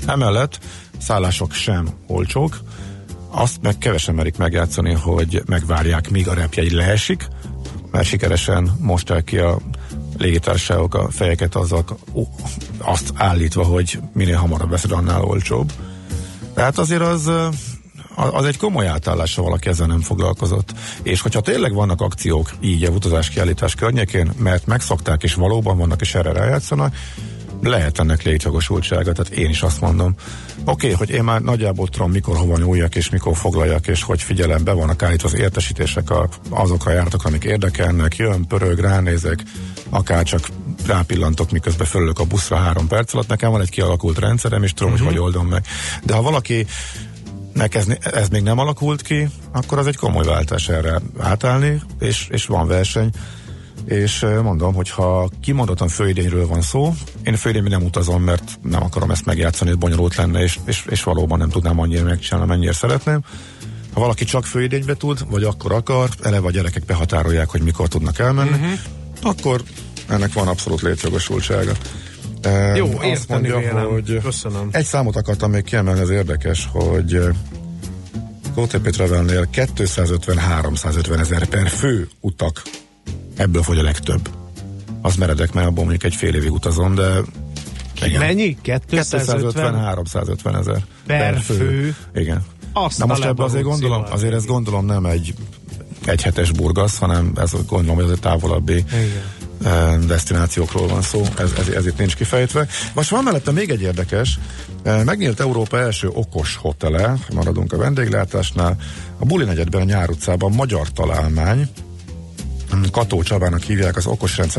Emellett szállások sem olcsók, azt meg kevesen merik megjátszani, hogy megvárják, míg a repjegy leesik, mert sikeresen mosták ki a légitársaságok a fejeket azzal, azt állítva, hogy minél hamarabb veszed, annál olcsóbb. Tehát azért az egy komoly átállás, ha valaki ezzel nem foglalkozott. És hogyha tényleg vannak akciók így a utazás kiállítás környékén, mert megszokták, és valóban vannak, és erre rájátszanak, lehet ennek létjogosultsága, tehát én is azt mondom. Oké, hogy én már nagyjából tudom, mikor hova nyúljak, és mikor foglaljak, és hogy figyelem, be vannak állítva az értesítések azokra jártak, amik érdekelnek, jön, pörög, ránézek, akár csak rápillantok, miközben fölülök a buszra 3 perc alatt. Nekem van egy kialakult rendszerem, és tudom, hogy oldom meg. De ha valaki ez még nem alakult ki, akkor az egy komoly váltás erre átállni, és van verseny. És mondom, hogy ha kimondottan főidényről van szó, én főidényben nem utazom, mert nem akarom ezt megjátszani, ez bonyolult lenne, és valóban nem tudnám annyira megcsinálni, mennyire szeretném. Ha valaki csak főidénybe tud, vagy akkor akar, eleve a gyerekek behatárolják, hogy mikor tudnak elmenni, akkor ennek van abszolút létjogosultsága. Jó, azt érteni mondja, vélem. hogy Köszönöm. Egy számot akartam még kiemelni, ez érdekes, hogy OTP Travelnél 250-350 ezer per fő utak, ebből fogy a legtöbb. Az meredek, mert abból mondjuk egy fél évig utazom, de igen. Mennyi? 250-350 ezer per fő? Igen. Azt na most ebben azért gondolom, azért ezt gondolom nem egy hetes burgasz, hanem ez gondolom, hogy ez egy távolabbi desztinációkról van szó, ez itt nincs kifejtve. Most van mellette még egy érdekes, megnyílt Európa első okos hotele, maradunk a vendéglátásnál, a Buli negyedben, a Nyár utcában, magyar találmány, Kató Csabának hívják az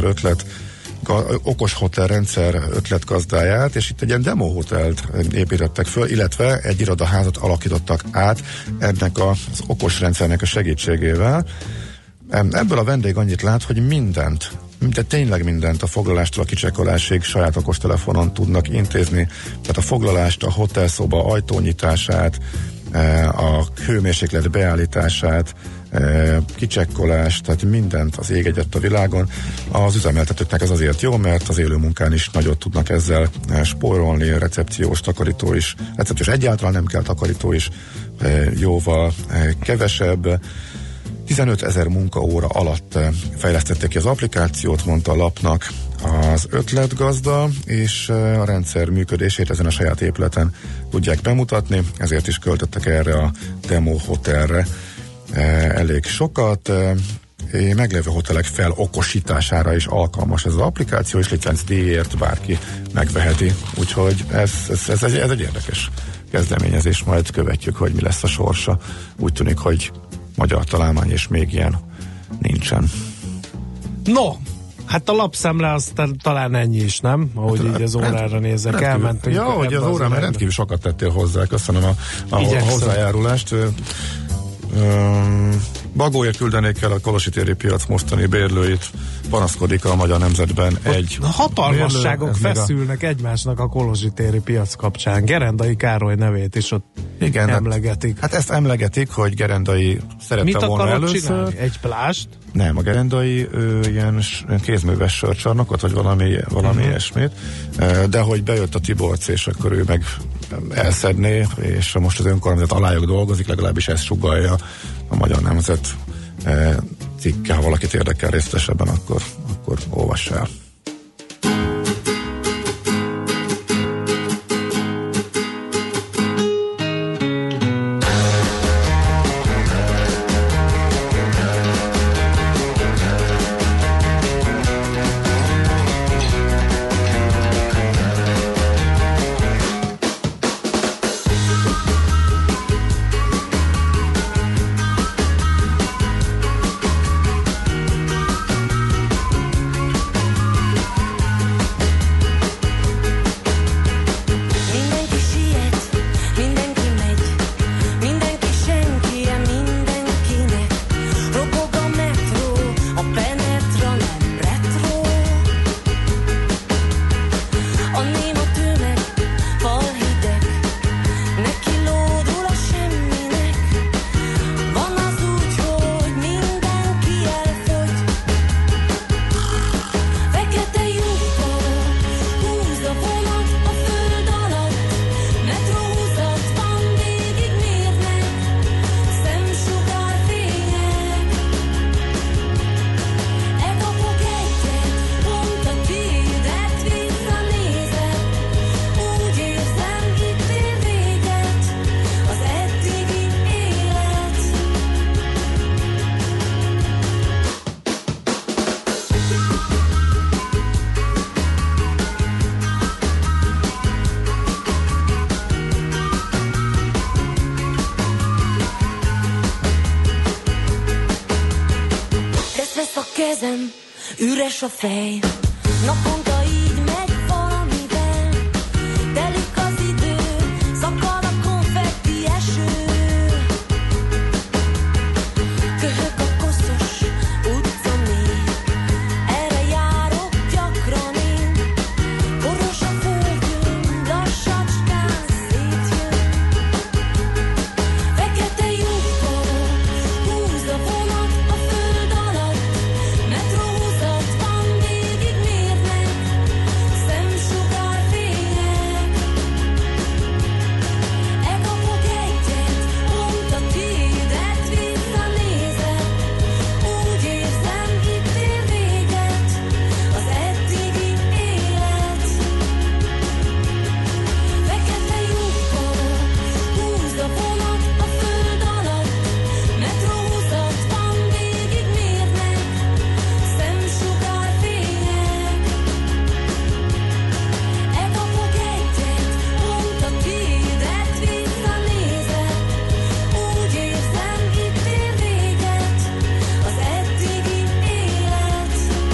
okos hotel rendszer ötletgazdáját, és itt egy ilyen demo hotelt építettek föl, illetve egy irodaházat alakítottak át ennek az okos rendszernek a segítségével. Ebből a vendég annyit lát, hogy de tényleg mindent a foglalástól a kicsekkolásig saját okostelefonon tudnak intézni, tehát a foglalást, a hotelszoba ajtónyitását, a hőmérséklet beállítását, kicsekkolást, tehát mindent az ég egyet a világon. Az üzemeltetőknek ez azért jó, mert az élő munkán is nagyot tudnak ezzel spórolni, recepciós, takarító is. Recepciós egyáltalán nem kell, takarító is jóval kevesebb. 15 000 munkaóra alatt fejlesztették ki az applikációt, mondta a lapnak az ötletgazda, és a rendszer működését ezen a saját épületen tudják bemutatni, ezért is költöttek erre a demo hotelre elég sokat. Meglévő hotelek felokosítására is alkalmas ez az applikáció, és licencdíjért bárki megveheti, úgyhogy ez egy érdekes kezdeményezés, majd követjük, hogy mi lesz a sorsa. Úgy tűnik, hogy magyar találmány, és még ilyen nincsen. No, hát a lapszemle az talán ennyi is, nem? Ahogy így az órára nézek, elmentünk. Ja, hogy az órán rendkívül sokat tettél hozzá, köszönöm a hozzájárulást. Bagóért küldenék el a Kolosi téri piac mostani bérlőit, panaszkodik a Magyar Nemzetben egy hatalmasságok feszülnek egymásnak a Kolosi téri piac kapcsán. Gerendai Károly nevét is ott emlegetik. Hát ezt emlegetik, hogy Gerendai szerette volna először. Csinálni? Egy plást? Nem, a Gerendai ilyen kézműves sörcsarnokot, vagy valami ilyesmit, de hogy bejött a Tiborc, és akkor ő meg elszedné, és most az önkormányzat alájuk dolgozik, legalábbis ezt sugallja a Magyar Nemzet cikke, ha valakit érdekel részletesebben, akkor olvass el. üres a fej, naponta így megy valamivel, telik az idő, szakad a konfetti eső, köhög a koszos utca mély, erre járok gyakran én, boros a földön, lassacskán szétjön, fekete lyukban húz a vonat a föld alatt, metrózat van végig mérnek, szemsugárfények. Elkapok egyet, pont a tiédet visszanézek, úgy érzem, itt ér véget az eddigi élet. Fekete lyukban húz a vonat a föld alatt, metrózat van végig mérnek, szemsugárfények. Elkapok egyet, pont a tiédet visszanézek, úgy érzem, itt ér véget az eddigi élet.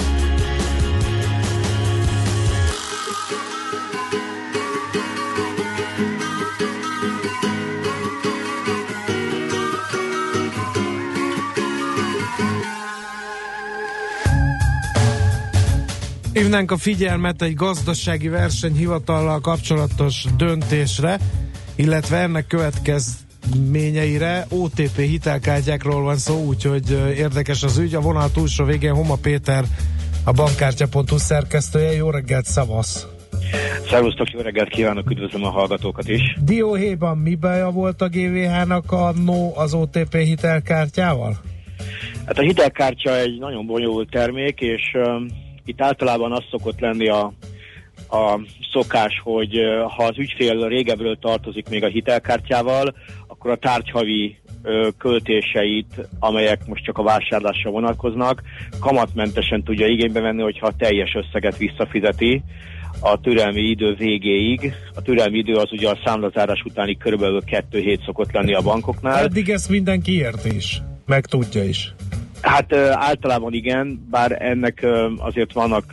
Hívnánk a figyelmet egy gazdasági versenyhivatallal kapcsolatos döntésre, illetve ennek következményeire. OTP hitelkártyákról van szó, úgyhogy érdekes az ügy. A vonal túlsó végén Homa Péter, a bankkártya.hu szerkesztője. Jó reggelt, szavasz! Szervusztok, jó reggelt kívánok, üdvözlöm a hallgatókat is. Dióhéjban mi baja volt a GVH-nak az OTP hitelkártyával? Hát a hitelkártya egy nagyon bonyolult termék, és itt általában az szokott lenni a szokás, hogy ha az ügyfél régebről tartozik még a hitelkártyával, akkor a tárgyhavi költéseit, amelyek most csak a vásárlásra vonatkoznak, kamatmentesen tudja igénybe venni, hogyha a teljes összeget visszafizeti a türelmi idő végéig. A türelmi idő az ugye a számlazárás utáni körülbelül 2 hét szokott lenni a bankoknál. Eddig ezt mindenki ért is, meg tudja is. Hát általában igen, bár ennek azért vannak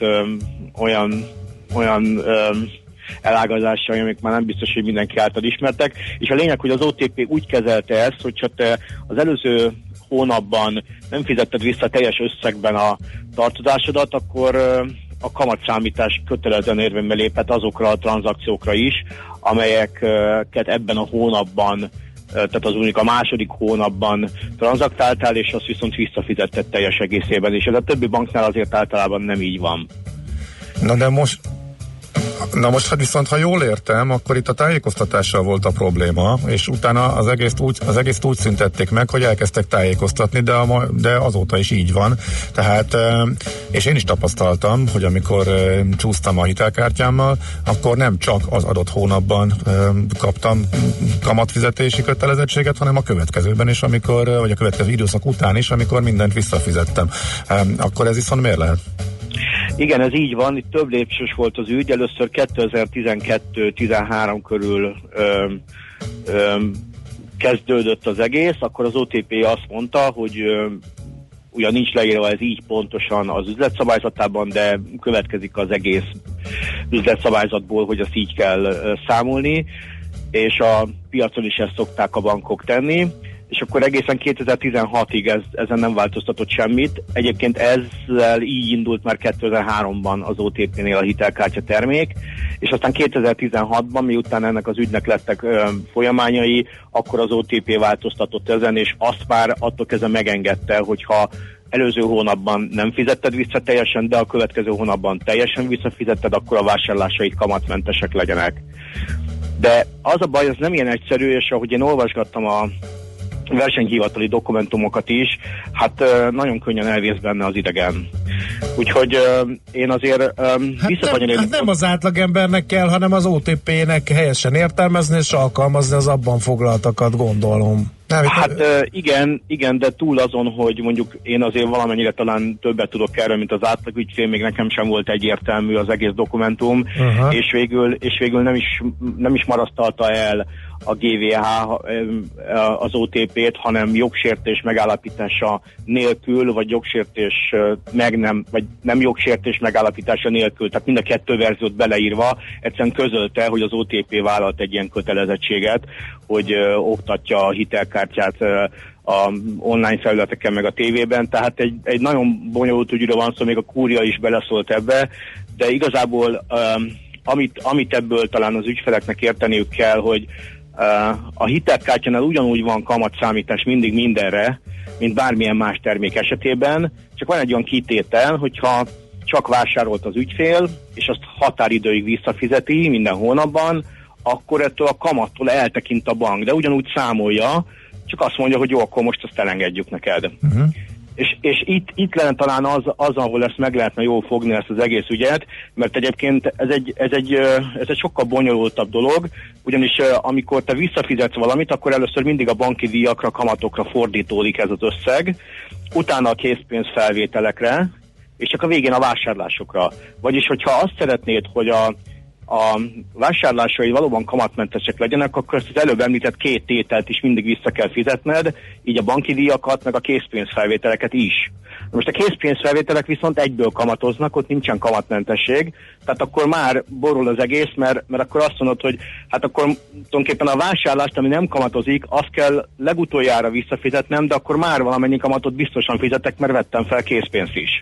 olyan elágazásai, amik már nem biztos, hogy mindenki által ismertek, és a lényeg, hogy az OTP úgy kezelte ezt, hogyha te az előző hónapban nem fizetted vissza teljes összegben a tartozásodat, akkor a kamatszámítás kötelezően érvénybe lépett azokra a tranzakciókra is, amelyeket ebben a hónapban, tehát az a második hónapban tranzaktáltál, és azt viszont visszafizetted teljes egészében, és ez a többi banknál azért általában nem így van. Na most hát viszont, ha jól értem, akkor itt a tájékoztatással volt a probléma, és utána az egész úgy szüntették meg, hogy elkezdtek tájékoztatni, de azóta is így van. Tehát, és én is tapasztaltam, hogy amikor csúsztam a hitelkártyámmal, akkor nem csak az adott hónapban kaptam kamatfizetési kötelezettséget, hanem a következőben is, vagy a következő időszak után is, amikor mindent visszafizettem. Akkor ez viszont miért lehet? Igen, ez így van, itt több lépcsős volt az ügy, először 2012-13 körül kezdődött az egész, akkor az OTP azt mondta, hogy ugyan nincs leírva ez így pontosan az üzletszabályzatában, de következik az egész üzletszabályzatból, hogy ezt így kell számolni, és a piacon is ezt szokták a bankok tenni, és akkor egészen 2016-ig ezen nem változtatott semmit. Egyébként ezzel így indult már 2003-ban az OTP-nél a hitelkártya termék, és aztán 2016-ban, miután ennek az ügynek lettek folyamányai, akkor az OTP változtatott ezen, és azt már attól kezdve megengedte, hogyha előző hónapban nem fizetted vissza teljesen, de a következő hónapban teljesen visszafizetted, akkor a vásárlásait kamatmentesek legyenek. De az a baj, ez nem ilyen egyszerű, és ahogy én olvasgattam a versenyhivatali dokumentumokat is, hát nagyon könnyen elvész benne az idegen. Úgyhogy én azért nem az átlagembernek kell, hanem az OTP-nek helyesen értelmezni és alkalmazni az abban foglaltakat, gondolom. Igen, de túl azon, hogy mondjuk én azért valamennyire talán többet tudok erről, mint az átlagügyfél, még nekem sem volt egyértelmű az egész dokumentum, és végül nem is marasztalta el a GVH az OTP-t, hanem jogsértés megállapítása nélkül, vagy jogsértés vagy nem jogsértés megállapítása nélkül, tehát mind a kettő verziót beleírva, egyszerűen közölte, hogy az OTP vállalt egy ilyen kötelezettséget, hogy oktatja a hitelkártyát a online felületeken meg a tévében, tehát egy nagyon bonyolult ügyről van szó, még a kúria is beleszólt ebbe, de igazából amit ebből talán az ügyfeleknek érteniük kell, hogy a hitelkártyánál ugyanúgy van kamatszámítás mindig mindenre, mint bármilyen más termék esetében, csak van egy olyan kitétel, hogyha csak vásárolt az ügyfél, és azt határidőig visszafizeti minden hónapban, akkor ettől a kamattól eltekint a bank, de ugyanúgy számolja, csak azt mondja, hogy jó, akkor most azt elengedjük neked. És itt lenne talán az, ahol ezt meg lehetne jól fogni, ezt az egész ügyet, mert egyébként ez egy sokkal bonyolultabb dolog, ugyanis amikor te visszafizetsz valamit, akkor először mindig a banki díjakra, kamatokra fordítódik ez az összeg, utána a készpénzfelvételekre, és csak a végén a vásárlásokra. Vagyis, hogyha azt szeretnéd, hogy a vásárlásai valóban kamatmentesek legyenek, akkor ezt az előbb említett két tételt is mindig vissza kell fizetned, így a banki díjakat, meg a készpénzfelvételeket is. Most a készpénzfelvételek viszont egyből kamatoznak, ott nincsen kamatmentesség, tehát akkor már borul az egész, mert akkor azt mondod, hogy hát akkor tulajdonképpen a vásárlást, ami nem kamatozik, azt kell legutoljára visszafizetnem, de akkor már valamennyi kamatot biztosan fizetek, mert vettem fel készpénzt is.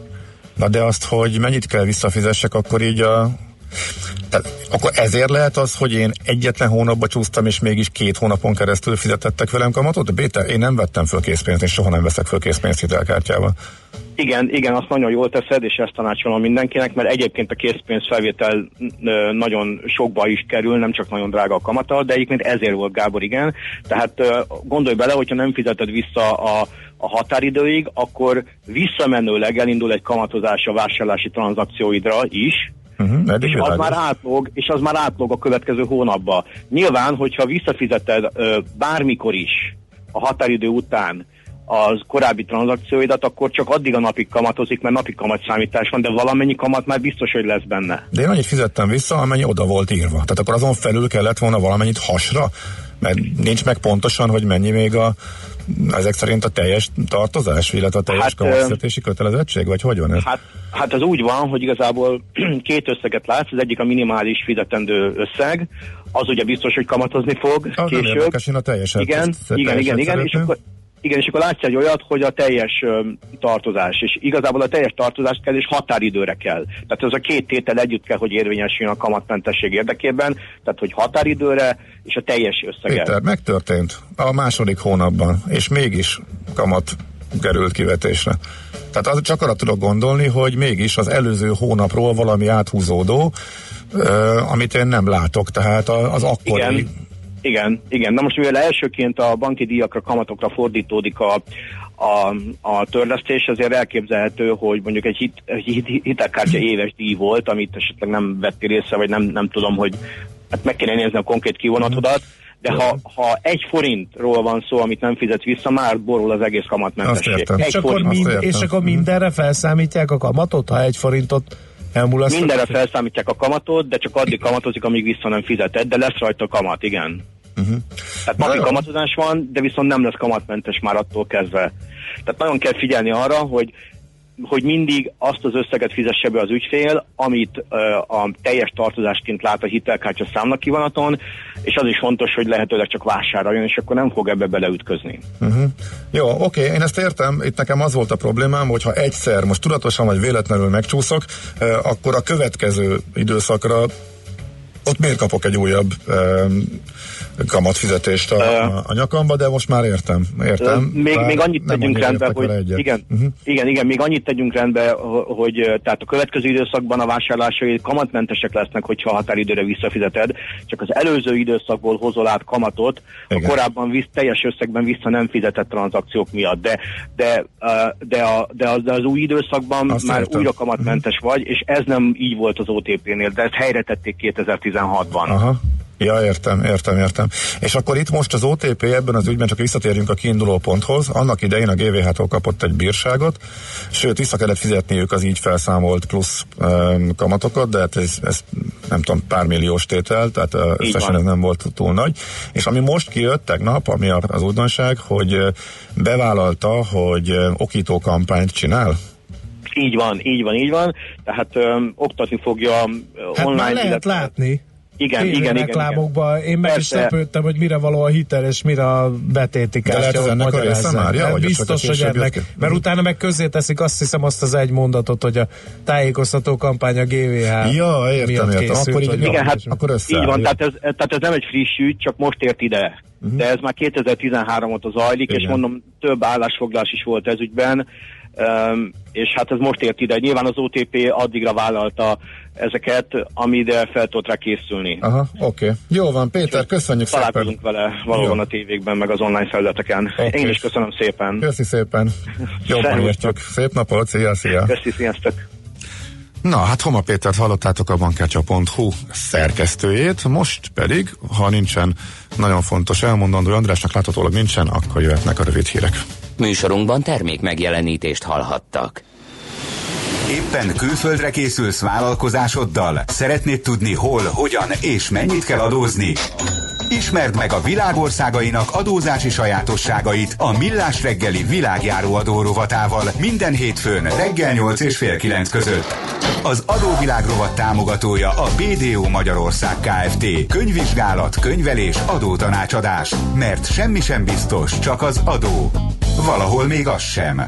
Na de azt, hogy mennyit kell visszafizessek, akkor így tehát akkor ezért lehet az, hogy én egyetlen hónapba csúsztam, és mégis 2 hónapon keresztül fizetettek velem kamatot? De Péter, én nem vettem föl készpénzt, és soha nem veszek föl készpénzt hitelkártyával. Igen, azt nagyon jól teszed, és ezt tanácsolom mindenkinek, mert egyébként a készpénzfelvétel nagyon sokba is kerül, nem csak nagyon drága a kamata, de egyébként ezért volt, Gábor, igen. Tehát gondolj bele, hogyha nem fizeted vissza a határidőig, akkor visszamenőleg elindul egy kamatozás a vásárlási tranzakcióidra is, és az már átlog a következő hónapba. Nyilván, hogyha visszafizeted bármikor is a határidő után az korábbi tranzakcióidat, akkor csak addig a napig kamatozik, mert napi kamatszámítás van, de valamennyi kamat már biztos, hogy lesz benne. De én annyit fizettem vissza, amennyi oda volt írva. Tehát akkor azon felül kellett volna valamennyit hasra, mert nincs meg pontosan, hogy mennyi még ezek szerint a teljes tartozás, illetve a teljes kamatfizetési kötelezettség, vagy hogy van ez? Hát ez úgy van, hogy igazából 2 összeget látsz, az egyik a minimális fizetendő összeg, az ugye biztos, hogy kamatozni fog az később. Érdekes, én a teljeset. Igen, és akkor látsz egy olyat, hogy a teljes tartozás, és igazából a teljes tartozást kell, és határidőre kell. Tehát ez a 2 tétel együtt kell, hogy érvényesüljön a kamatmentesség érdekében, tehát hogy határidőre és a teljes összeget. Péter, megtörtént a második hónapban, és mégis kamat került kivetésre. Tehát csak arra tudok gondolni, hogy mégis az előző hónapról valami áthúzódó, amit én nem látok, tehát az akkori... Igen. Na most mivel elsőként a banki díjakra, kamatokra fordítódik a törlesztés, azért elképzelhető, hogy mondjuk egy hitelkártya éves díj volt, amit esetleg nem vettél észre, vagy nem tudom, hogy hát meg kéne nézni a konkrét kivonatodat, de ha 1 forintról van szó, amit nem fizet vissza, már borul az egész kamatmentesség. És akkor mindenre felszámítják a kamatot, ha 1 forintot elmulasztod? Mindenre felszámítják a kamatot, de csak addig kamatozik, amíg vissza nem fizeted, de lesz rajta kamat, igen. Tehát napi kamatozás van, de viszont nem lesz kamatmentes már attól kezdve. Tehát nagyon kell figyelni arra, hogy mindig azt az összeget fizesse be az ügyfél, amit a teljes tartozásként lát a hitelkártya számlakivonaton, és az is fontos, hogy lehetőleg csak vásároljon, és akkor nem fog ebbe beleütközni. Jó, oké, én ezt értem, itt nekem az volt a problémám, hogyha egyszer, most tudatosan vagy véletlenül megcsúszok, akkor a következő időszakra ott miért kapok egy újabb kamatfizetést a nyakamba, de most már értem. Még annyit tegyünk rendbe, hogy igen, még annyit tegyünk rendbe, hogy tehát a következő időszakban a vásárlásai kamatmentesek lesznek, hogyha határidőre visszafizeted, csak az előző időszakból hozol át kamatot, a korábban teljes összegben vissza nem fizetett tranzakciók miatt, de az új időszakban azt már újra kamatmentes vagy, és ez nem így volt az OTP-nél, de ezt helyre tették 2016-ban. Aha. Ja, értem. És akkor itt most az OTP ebben az ügyben, csak visszatérjünk a kiinduló ponthoz, annak idején a GVH-tól kapott egy bírságot, sőt, vissza kellett fizetniük az így felszámolt plusz kamatokat, de hát ez nem tudom, pár milliós tétel, tehát összesen ez nem volt túl nagy. És ami most kijött tegnap, ami az újdonság, hogy bevállalta, hogy okító kampányt csinál. Így van. Tehát oktatni fogja online. Hát már lehet látni. Igen. reklámokban. Én meg is lepődtem, hogy mire való a hitel, és mire a betéti kártya. De lehet ennek a része már? Ja, biztos, hogy ennek. Mert utána meg közzé teszik, azt hiszem, azt az egy mondatot, hogy a tájékoztató kampány a GVH. Ja, értem. Akkor akkor összeáll. Így van, tehát ez nem egy friss ügy, csak most ért ide. De ez már 2013 óta zajlik, és mondom, több állásfoglalás is volt ez ügyben, és hát ez most ért ide. Nyilván az OTP addigra vállalta ezeket, amire fel tudott rá készülni. Aha, oké. Jó van, Péter, köszönjük szépen. Találkozunk vele valóban a tévékben, meg az online felületeken. Okay. Én is köszönöm szépen. Köszi szépen. Jobban értjük. Szép napot, szia. Köszi, sziasztok. Na, hát Homa Pétert hallottátok, a bankkártya.hu szerkesztőjét, most pedig, ha nincsen nagyon fontos elmondandó, Andrásnak láthatólag nincsen, akkor jöhetnek a rövid hírek. Műsorunkban termék megjelenítést hallhattak. Éppen külföldre készülsz vállalkozásoddal? Szeretnéd tudni hol, hogyan és mennyit kell adózni? Ismerd meg a világországainak adózási sajátosságait a Millás reggeli világjáró adó rovatával minden hétfőn reggel 8 és fél 9 között. Az adóvilág rovat támogatója a BDO Magyarország Kft. Könyvvizsgálat, könyvelés, adótanácsadás. Mert semmi sem biztos, csak az adó. Valahol még az sem.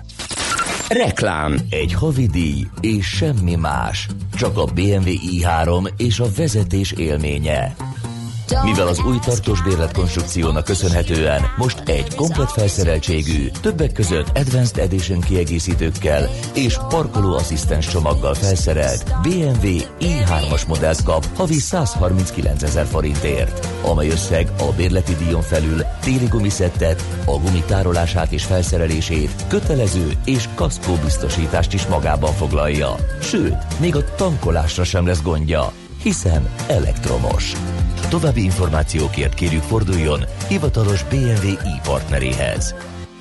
Reklám. Egy havidíj és semmi más. Csak a BMW i3 és a vezetés élménye. Mivel az új tartós bérletkonstrukciónak köszönhetően most egy komplett felszereltségű, többek között Advanced Edition kiegészítőkkel és parkolóasszisztens csomaggal felszerelt BMW i3-as modellt kap havi 139 000 forintért, amely összeg a bérleti díjon felül téli gumiszettet, a gumik tárolását és felszerelését, kötelező és kaszkó biztosítást is magában foglalja. Sőt, még a tankolásra sem lesz gondja, hiszen elektromos. További információkért kérjük forduljon hivatalos BMW i-partneréhez.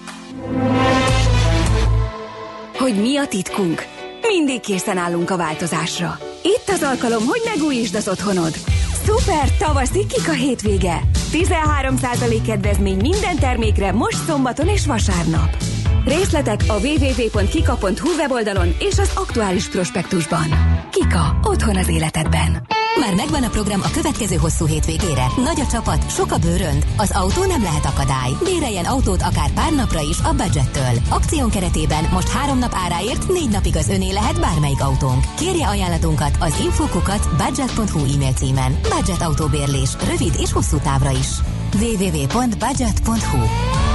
Hogy mi a titkunk? Mindig készen állunk a változásra. Itt az alkalom, hogy megújítsd az otthonod. Szuper tavaszi Kika hétvége! 13% kedvezmény minden termékre most szombaton és vasárnap. Részletek a www.kika.hu weboldalon és az aktuális prospektusban. Kika, otthon az életedben. Már megvan a program a következő hosszú hétvégére. Nagy a csapat, sok a bőrönd, az autó nem lehet akadály. Béreljen autót akár pár napra is a Budgettől. Akción keretében most 3 nap áráért 4 napig az öné lehet bármelyik autónk. Kérje ajánlatunkat az info@budget.hu e-mail címen. Budget autóbérlés, rövid és hosszú távra is. www.budget.hu.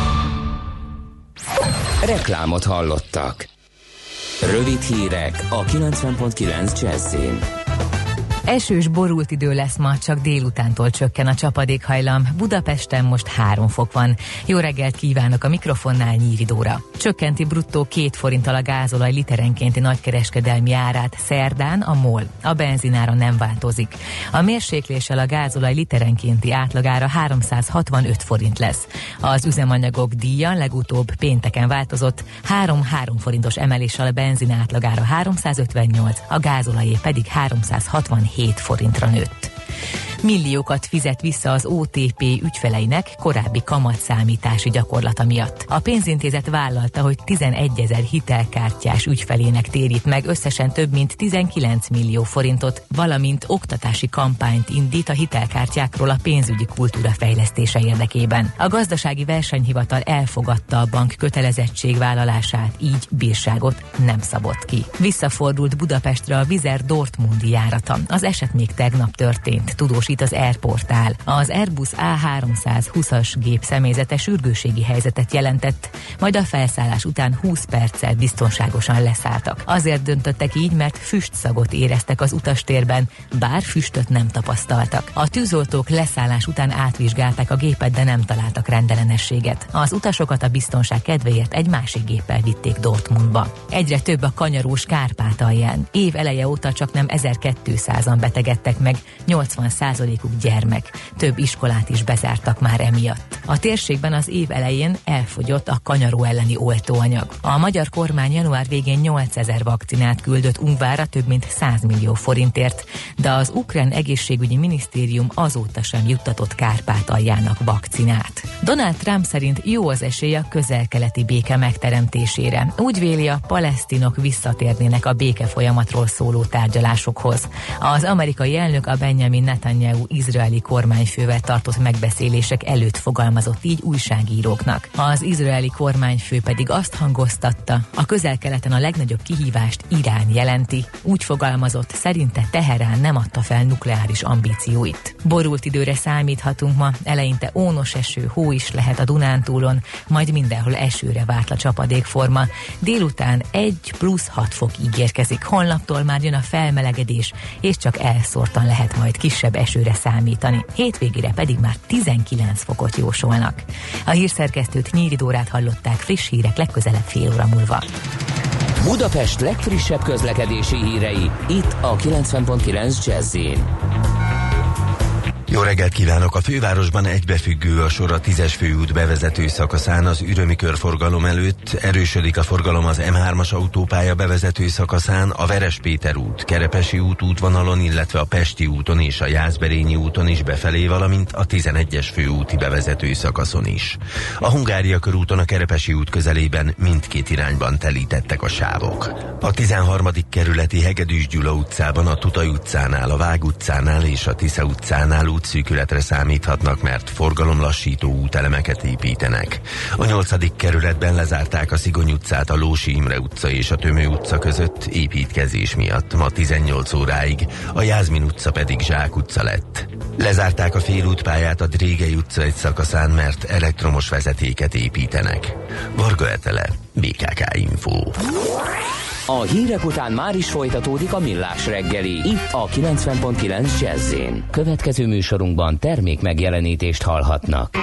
Reklámot hallottak. Rövid hírek a 90.9 Jazzin. Esős, borult idő lesz ma, csak délutántól csökken a csapadékhajlam. Budapesten most 3 fok van. Jó reggelt kívánok, a mikrofonnál Nyíri Dóra. Csökkenti bruttó 2 forinttal a gázolaj literenkénti nagykereskedelmi árát szerdán a MOL. A benzinára nem változik. A mérsékléssel a gázolaj literenkénti átlagára 365 forint lesz. Az üzemanyagok díja legutóbb pénteken változott, 3 forintos emeléssel a benzin átlagára 358, a gázolajé pedig 367 forintra nőtt. Milliókat fizet vissza az OTP ügyfeleinek korábbi kamatszámítási gyakorlata miatt. A pénzintézet vállalta, hogy 11 000 hitelkártyás ügyfelének térít meg összesen több mint 19 millió forintot, valamint oktatási kampányt indít a hitelkártyákról a pénzügyi kultúra fejlesztése érdekében. A gazdasági versenyhivatal elfogadta a bank kötelezettségvállalását, így bírságot nem szabott ki. Visszafordult Budapestre a Wizz Dortmundi járata. Az eset még tegnap történt, tudósít az Airportál. Az Airbus A320-as gép személyzete sürgősségi helyzetet jelentett, majd a felszállás után 20 perccel biztonságosan leszálltak. Azért döntöttek így, mert füstszagot éreztek az utastérben, bár füstöt nem tapasztaltak. A tűzoltók leszállás után átvizsgálták a gépet, de nem találtak rendellenességet. Az utasokat a biztonság kedvéért egy másik géppel vitték Dortmundba. Egyre több a kanyarós Kárpátalján. Év eleje óta csak nem 1200-an betegedtek meg, 80% 90%-uk gyermek. Több iskolát is bezártak már emiatt. A térségben az év elején elfogyott a kanyaró elleni oltóanyag. A magyar kormány január végén 8000 vakcinát küldött Ungvárra több mint 100 millió forintért, de az ukrán egészségügyi minisztérium azóta sem juttatott Kárpátaljának vakcinát. Donald Trump szerint jó az esély a közel-keleti béke megteremtésére. Úgy véli, a palesztinok visszatérnének a béke folyamatról szóló tárgyalásokhoz. Az amerikai elnök a Benjamin Netanyahu izraeli kormányfővel tartott megbeszélések előtt fogalmazott így újságíróknak. Az izraeli kormányfő pedig azt hangoztatta, a közel-keleten a legnagyobb kihívást Irán jelenti. Úgy fogalmazott, szerinte Teherán nem adta fel nukleáris ambícióit. Borult időre számíthatunk ma, eleinte ónos eső, hó is lehet a Dunántúlon, majd mindenhol esőre vártla csapadékforma. Délután 1+6 fok ígérkezik. Holnaptól már jön a felmelegedés, és csak elszórtan lehet majd kisebb esőre számítani. Hétvégére pedig már 19 fokot jósolnak. A hírszerkesztőt, Nyíri Dórát hallották, friss hírek legközelebb fél óra múlva. Budapest legfrissebb közlekedési hírei, itt a 90.9 Jazz-in. Jó reggelt kívánok! A fővárosban egybefüggő a sor a 10-es főút bevezető szakaszán az Ürömi körforgalom előtt, erősödik a forgalom az M3-as autópálya bevezető szakaszán, a Veres-Péter út, Kerepesi út útvonalon, illetve a Pesti úton és a Jászberényi úton is befelé, valamint a 11-es főúti bevezető szakaszon is. A Hungária körúton a Kerepesi út közelében mindkét irányban telítettek a sávok. A 13. kerületi Hegedűs Gyula utcában, a Tutaj utcánál, a Vág utcánál és a Tisza utcánál útszűkületre számíthatnak, mert forgalomlassító útelemeket építenek. A 8. kerületben lezárták a Szigony utcát a Lósi Imre utca és a Tömő utca között építkezés miatt ma 18 óráig, a Jászmin utca pedig Zsák utca lett. Lezárták a félútpályát a Drégei utca egy szakaszán, mert elektromos vezetéket építenek. Varga Etele, BKK Info. A hírek után már is folytatódik a Millás reggeli, itt a 90.9 Jazz-in. Következő műsorunkban termék megjelenítést hallhatnak.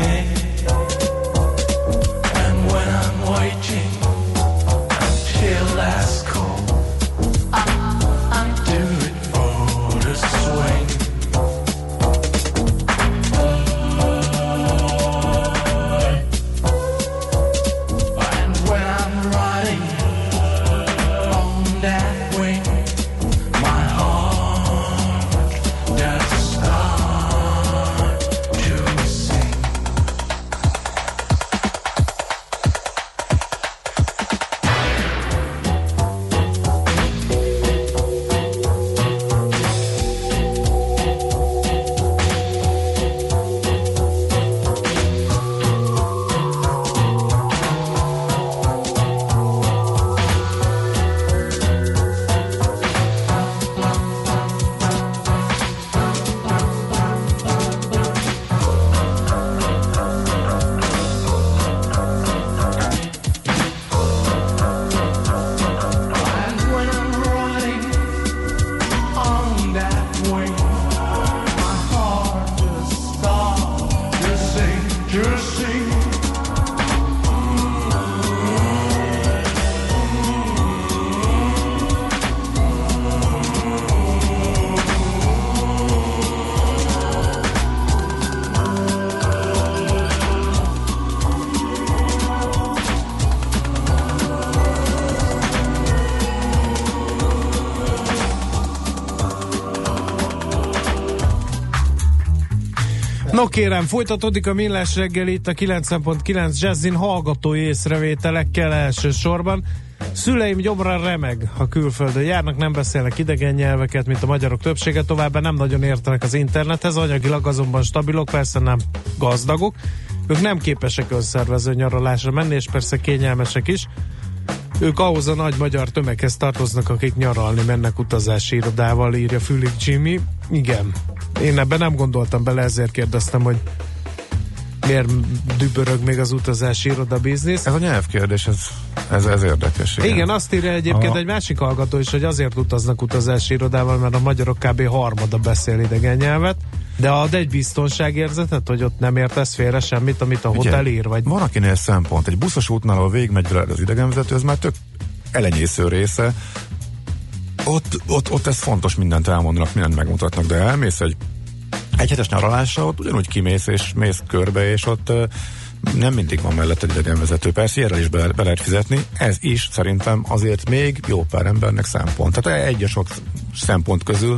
Till No kérem, folytatódik a Millás reggel itt a 9.9 Jazzin hallgatói észrevételekkel elsősorban. Szüleim gyomra remeg, ha külföldön járnak, nem beszélnek idegen nyelveket, mint a magyarok többsége, továbbá nem nagyon értenek az internethez, anyagilag azonban stabilok, persze nem gazdagok. Ők nem képesek önszervező nyaralásra menni, és persze kényelmesek is. Ők ahhoz a nagy magyar tömeghez tartoznak, akik nyaralni mennek utazási irodával, írja Fülig Jimmy. Igen, én ebben nem gondoltam bele, ezért kérdeztem, hogy miért dübörög még az utazási iroda biznisz. Ez a nyelvkérdés, ez érdekes. Igen, azt írja egyébként egy másik hallgató is, hogy azért utaznak utazási irodával, mert a magyarok kb. Harmada beszél idegen nyelvet, de ad egy biztonságérzetet, hogy ott nem értesz félre semmit, amit a hotel ír, vagy... Van akinél szempont, egy buszos útnál, ahol végigmegy veled az idegenvezető, ez már tök elenyésző része. Ott ez fontos, mindent elmondanak, mindent megmutatnak, de elmész egy hetes nyaralásra, ott ugyanúgy kimész és mész körbe, és ott nem mindig van mellett egy idegenvezető. Persze erre is be lehet fizetni, ez is szerintem azért még jó pár embernek szempont. Tehát egy a sok szempont közül,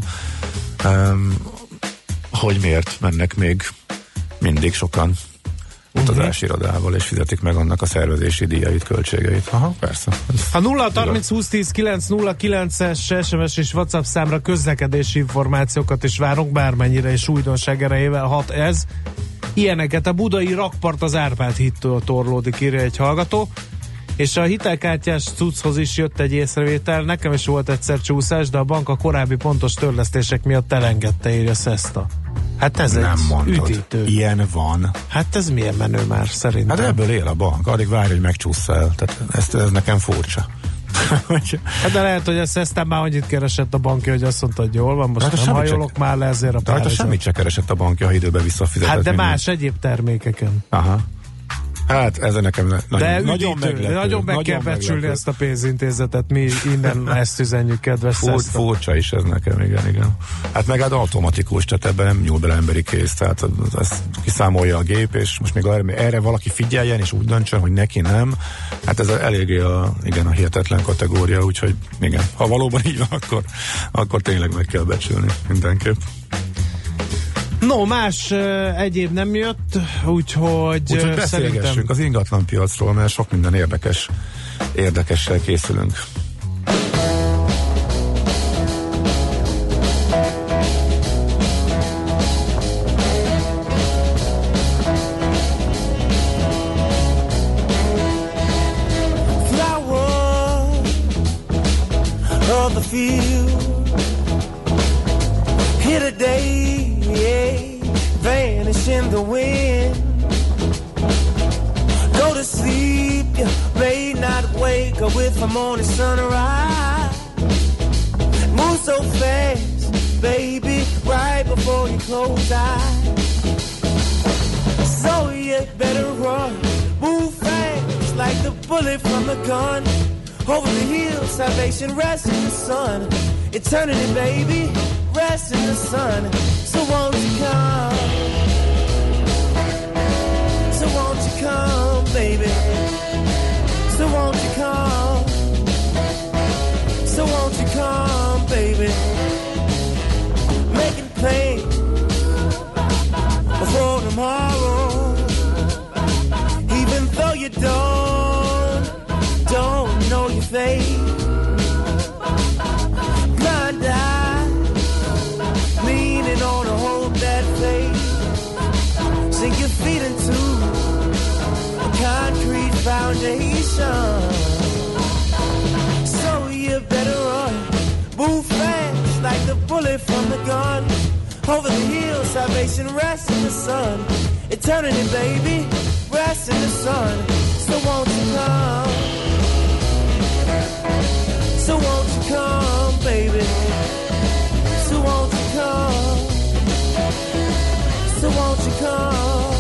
hogy miért mennek még mindig sokan utazási irodával, és fizetik meg annak a szervezési díjait, költségeit. Aha, persze. A 0-30-20-10-9-09-es SMS és WhatsApp számra közlekedési információkat is várunk, bármennyire is újdonság erejével hat ez. Ilyeneket a budai rakpart az Árpád hídtől torlódik, írja egy hallgató. És a hitelkártyás cucchoz is jött egy észrevétel, nekem is volt egyszer csúszás, de a bank a korábbi pontos törlesztések miatt elengedte, írja Szeszta. Hát ez nem egy mondod. Üdítő. Ilyen van. Hát ez milyen menő már szerintem. Hát ebből él a bank, addig várj, hogy megcsúszál. Tehát ez nekem furcsa. Hát de lehet, hogy a Szesztán már annyit keresett a bankja, hogy azt mondta, hogy jól van, most hát nem hajolok már le ezért a pár. Hát semmit se keresett a bankja, ha időben visszafizetett. Hát de más egyéb termékeken. Aha. Hát ez nekem nagyon meglepő. Nagyon meg kell becsülni ezt a pénzintézetet, mi innen ezt üzenjük, kedves Szeszta. Furcsa is ez nekem, igen. Hát meg hát automatikus, tehát ebben nem nyúl bele emberi kész, tehát ezt kiszámolja a gép, és most még erre valaki figyeljen, és úgy döntsön, hogy neki nem. Hát ez eléggé a hihetetlen kategória, úgyhogy igen, ha valóban így van, akkor tényleg meg kell becsülni mindenképp. No, más egyéb nem jött, úgyhogy beszélgessünk szerintem... az ingatlan piacról, mert sok minden érdekessel készülünk. Flower of the field here today, vanish in the wind. Go to sleep, you may not wake up with the morning sunrise. Move so fast, baby, right before you close eyes. So you better run, move fast like the bullet from the gun. Over the hill, salvation rests in the sun. Eternity, baby, rest in the sun. So won't you come? So won't you come, baby? So won't you come? So won't you come, baby? Making plans for tomorrow. Even though you don't know your fate. Blind eye, leaning on a hold that faith. Sink your feet into a concrete foundation. So you better run, move fast like the bullet from the gun. Over the hill, salvation rests in the sun. Eternity, baby, rests in the sun. So won't you come? So won't you come, baby? So won't you come? So won't you come?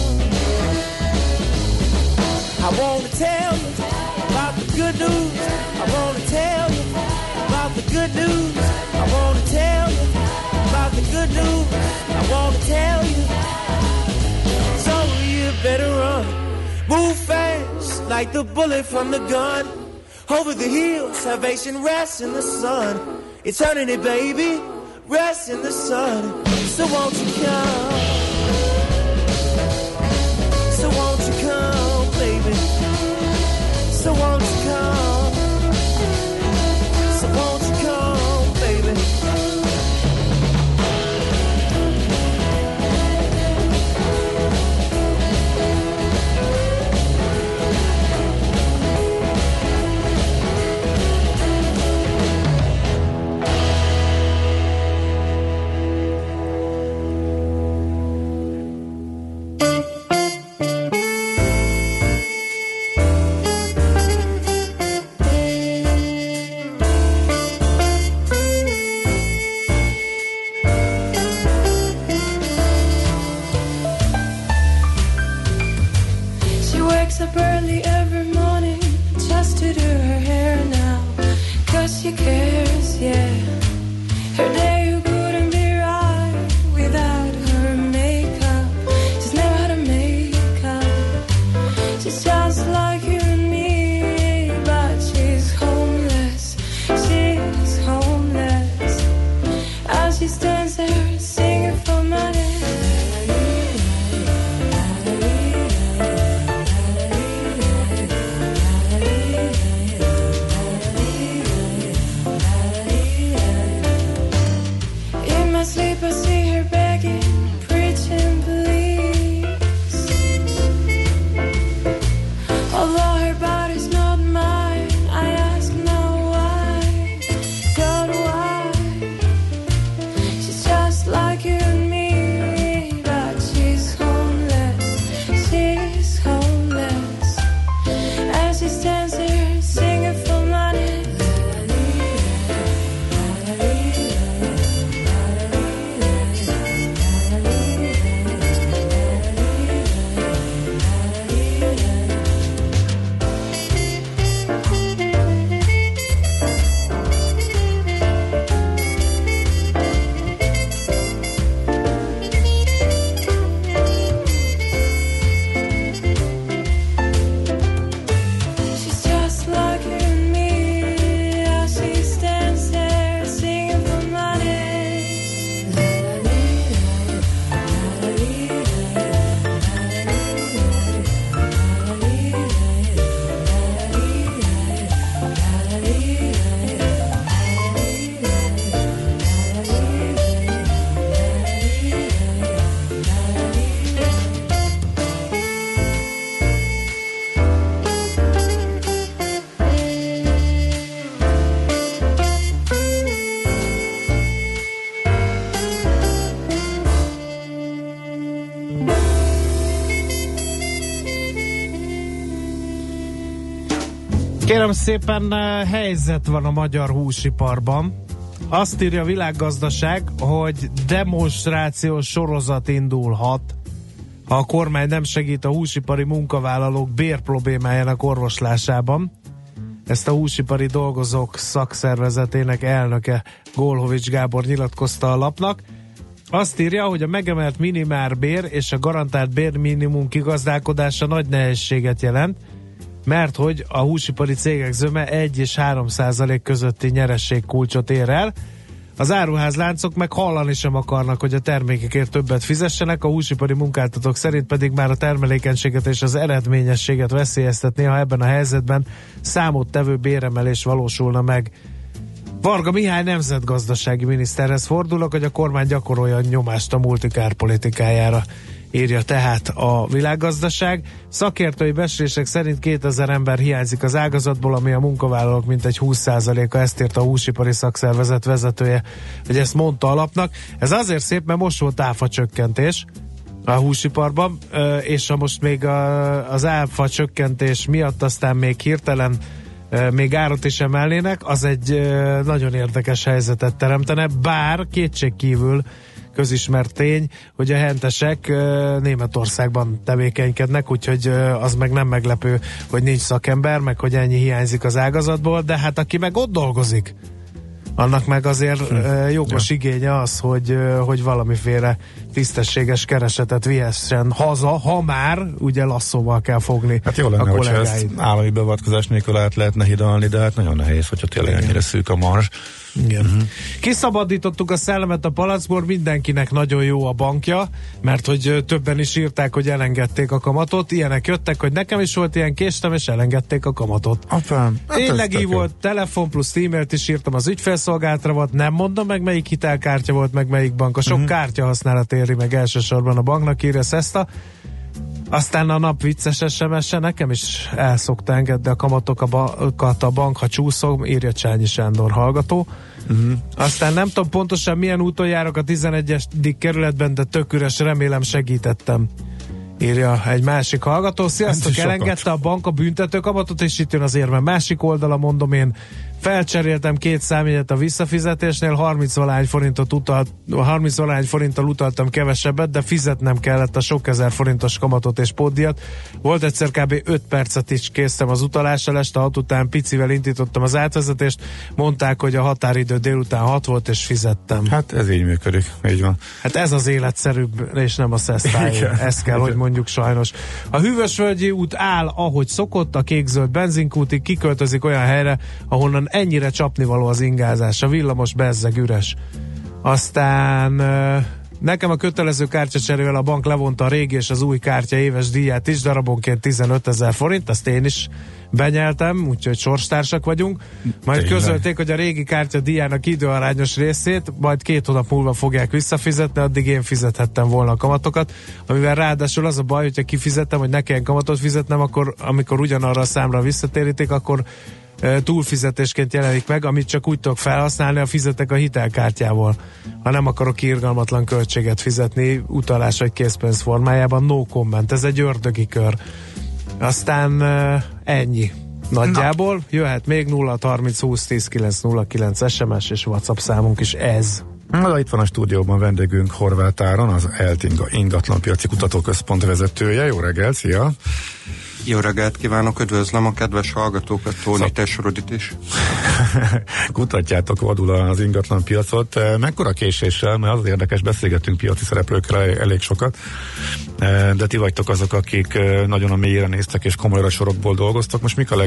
I want to tell you about the good news. I want to tell you about the good news. I want to tell you about the good news. I want to tell you. So you better run, move fast like the bullet from the gun. Over the hill, salvation rests in the sun. Eternity, baby, rests in the sun. So won't you come? wakes up early every morning just to do her hair now. 'Cause she cares, yeah. Her day couldn't be right without her makeup. She's never had a makeup. She's just like you and me, but she's homeless. She's homeless. As she stands there singing for money. In my sleep I see her begging, preaching, please. Although her body's not mine, I ask now why, God why? She's just like you and me, but she's homeless, she's homeless. As she stands there singing for money. She's just like you and me, as she stands there singing for money. Kérem szépen, helyzet van a magyar húsiparban. Azt írja a Világgazdaság, hogy demonstrációs sorozat indulhat, ha a kormány nem segít a húsipari munkavállalók bérproblémájának orvoslásában. Ezt a húsipari dolgozók szakszervezetének elnöke Golhovics Gábor nyilatkozta a lapnak. Azt írja, hogy a megemelt minimálbér és a garantált bérminimum kigazdálkodása nagy nehézséget jelent, mert hogy a húsipari cégek zöme 1 és 3% közötti nyerességkulcsot ér el. Az áruházláncok meg hallani sem akarnak, hogy a termékekért többet fizessenek, a húsipari munkáltatók szerint pedig már a termelékenységet és az eredményességet veszélyeztetné, ha ebben a helyzetben számottevő béremelés valósulna meg. Varga Mihály nemzetgazdasági miniszterhez fordulok, hogy a kormány gyakorolja nyomást a multikár politikájára, írja tehát a Világgazdaság. Szakértői becslések szerint 2000 ember hiányzik az ágazatból, ami a munkavállalók mintegy 20%-a, ezt írta a húsipari szakszervezet vezetője, hogy ezt mondta a lapnak. Ez azért szép, mert most volt áfa csökkentés a húsiparban, és ha most még az áfa csökkentés miatt aztán még hirtelen még árat is emelnének, az egy nagyon érdekes helyzetet teremtene, bár kétségkívül közismert tény, hogy a hentesek Németországban tevékenykednek, úgyhogy az meg nem meglepő, hogy nincs szakember, meg hogy ennyi hiányzik az ágazatból, de hát aki meg ott dolgozik, annak meg azért jogos igénye az, hogy valamiféle tisztességes keresetet vihessen haza, ha már ugye lasszóval kell fogni hát jó lenne, a kollégáit. hogyha ezt állami beavatkozás nélkül át lehetne hidalni, de hát nagyon nehéz, hogyha tényleg ennyire szűk a marzs. Igen. Kiszabadítottuk a szellemet a palacból, mindenkinek nagyon jó a bankja, mert hogy többen is írták, hogy elengedték a kamatot, ilyenek jöttek, hogy nekem is volt ilyen, késtem, és elengedték a kamatot. Tényleg így volt, telefon plusz e-mailt is írtam az ügyfélszolgálatra volt, nem mondom meg melyik hitelkártya volt, meg melyik bank, a sok kártya használat éri meg elsősorban a banknak, írja Szeszta. Aztán a nap vicces SMS-e, nekem is el szokta engedni a kamatokat a bank, ha csúszom, írja Csányi Sándor hallgató. Aztán nem tudom pontosan milyen úton járok a 11. kerületben, de tök üres, remélem segítettem, írja egy másik hallgató. Sziasztok, elengedte a bank a büntető kamatot, és itt jön az érve. Másik oldala, mondom én, felcseréltem 2 számjegyet a visszafizetésnél, 30-valahány forinttal utaltam kevesebbet, de fizetnem kellett a sok ezer forintos kamatot és pótdíjat. Volt egyszer kb. 5 percet is késztem az utalással, este 6 után picivel indítottam az átvezetést, mondták, hogy a határidő délután 6 volt, és fizettem. Hát ez így működik, így van. Hát ez az életszerűbb, és nem a szesztály. Ezt kell, hogy mondjuk sajnos. A Hűvösvölgyi út áll, ahogy szokott, a kék-zöld benzinkútig, kiköltözik olyan helyre, ahonnan ennyire csapnivaló az ingázás. A villamos bezzeg üres. Aztán nekem a kötelező kártyacserével a bank levonta a régi és az új kártya éves díját is, darabonként 15 000 forint, ezt én is benyeltem, úgyhogy sorstársak vagyunk. Majd közölték, hogy a régi kártya díjának időarányos részét majd 2 hónap múlva fogják visszafizetni, addig én fizethettem volna a kamatokat, amivel ráadásul az a baj, hogyha kifizettem, hogy ne kelljen kamatot fizetnem, akkor amikor ugyanarra a számra visszatérítik, akkor túlfizetésként jelenik meg, amit csak úgy tudok felhasználni, ha fizetek a hitelkártyával. Ha nem akarok irgalmatlan költséget fizetni utalás vagy készpénz formájában, no comment. Ez egy ördögi kör. Aztán ennyi. Nagyjából jöhet még 0-30 20 10 909 SMS és WhatsApp számunk is ez. Na, itt van a stúdióban vendégünk Horváth Áron, az Eltinga ingatlanpiaci kutatóközpont vezetője. Jó reggelt, szia! Jó reggelt kívánok, üdvözlöm a kedves hallgatókat, Tónit és Rudit is. Kutatjátok vadul az ingatlanpiacot. Mekkora késéssel, mert az érdekes, beszélgetünk piaci szereplőkkel elég sokat, de ti vagytok azok, akik nagyon a mélyre néztek és komolyra sorokból dolgoztak. Most mik a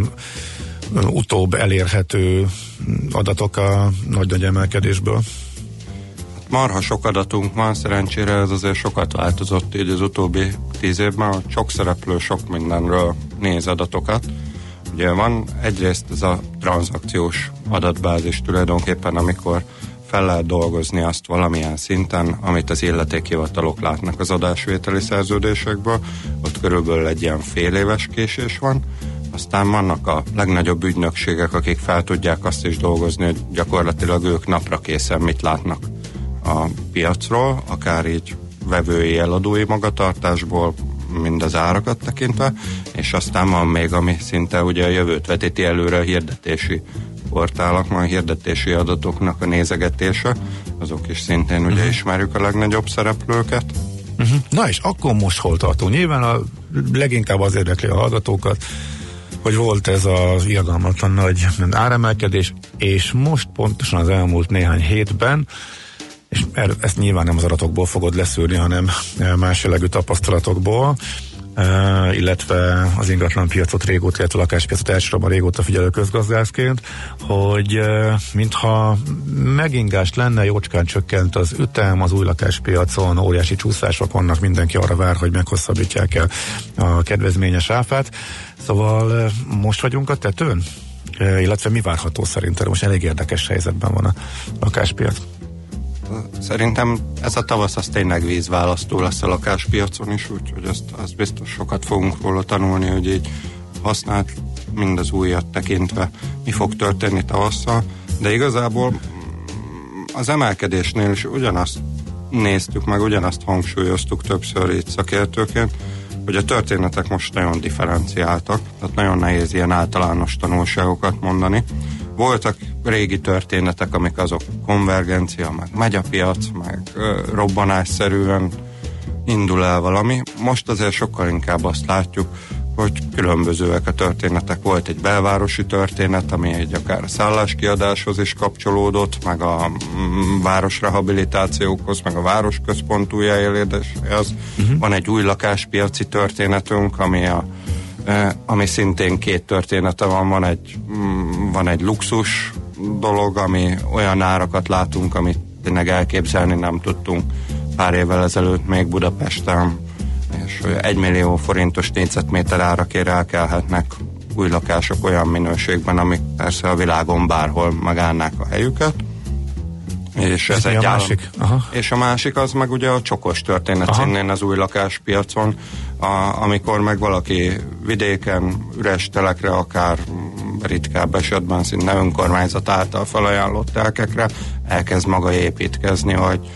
legutóbb elérhető adatok a nagy emelkedésből? Marha sok adatunk van, szerencsére ez azért sokat változott így az utóbbi 10 évben, hogy sok szereplő sok mindenről néz adatokat. Ugye van egyrészt ez a tranzakciós adatbázis tulajdonképpen, amikor fel lehet dolgozni azt valamilyen szinten, amit az illetékhivatalok látnak az adásvételi szerződésekből, ott körülbelül egy ilyen fél éves késés van. Aztán vannak a legnagyobb ügynökségek, akik fel tudják azt is dolgozni, hogy gyakorlatilag ők napra készen mit látnak a piacról, akár így vevői, eladói magatartásból, mind az árakat tekintve, és aztán van még, ami szinte ugye a jövőt vetíti előre, a hirdetési portálok, a hirdetési adatoknak a nézegetése, azok is szintén ugye ismerjük a legnagyobb szereplőket. Na és akkor most hol tartunk? Nyilván leginkább az érdekli a hallgatókat, hogy volt ez az irgalmatlan nagy áremelkedés, és most pontosan az elmúlt néhány hétben, és ezt nyilván nem az adatokból fogod leszűrni, hanem más jellegű tapasztalatokból, illetve az ingatlanpiacot régóta, illetve a lakáspiacot elsősorban régóta figyelő közgazdászként, hogy mintha megingást lenne, jócskán csökkent az ütem, az új lakáspiacon óriási csúszások vannak, mindenki arra vár, hogy meghosszabbítják el a kedvezményes áfát. Szóval most vagyunk a tetőn? Illetve mi várható szerintem? Most elég érdekes helyzetben van a lakáspiac. Szerintem ez a tavasz az tényleg vízválasztó lesz a lakáspiacon is, úgyhogy azt biztos sokat fogunk róla tanulni, hogy így használt, mind az újat tekintve mi fog történni tavasszal, de igazából az emelkedésnél is ugyanazt néztük meg, ugyanazt hangsúlyoztuk többször itt szakértőként, hogy a történetek most nagyon differenciáltak, tehát nagyon nehéz ilyen általános tanulságokat mondani. Voltak régi történetek, amik azok konvergencia, meg megy a piac, meg robbanásszerűen indul el valami. Most azért sokkal inkább azt látjuk, hogy különbözőek a történetek. Volt egy belvárosi történet, ami egy akár a szálláskiadáshoz is kapcsolódott, meg a városrehabilitációkhoz, meg a városközpont újjáéléshez. Van egy új lakáspiaci történetünk, ami szintén 2 története van egy luxus dolog, ami olyan árakat látunk, amit tényleg elképzelni nem tudtunk pár évvel ezelőtt még Budapesten, és 1 millió forintos négyzetméter árakért elkelhetnek új lakások olyan minőségben, amik persze a világon bárhol megállnák a helyüket. És ez egy másik? És a másik az meg ugye a csokos történet szintén az új lakáspiacon, amikor meg valaki vidéken, üres telekre, akár ritkább esetben szinte önkormányzat által felajánlott telkekre elkezd maga építkezni, hogy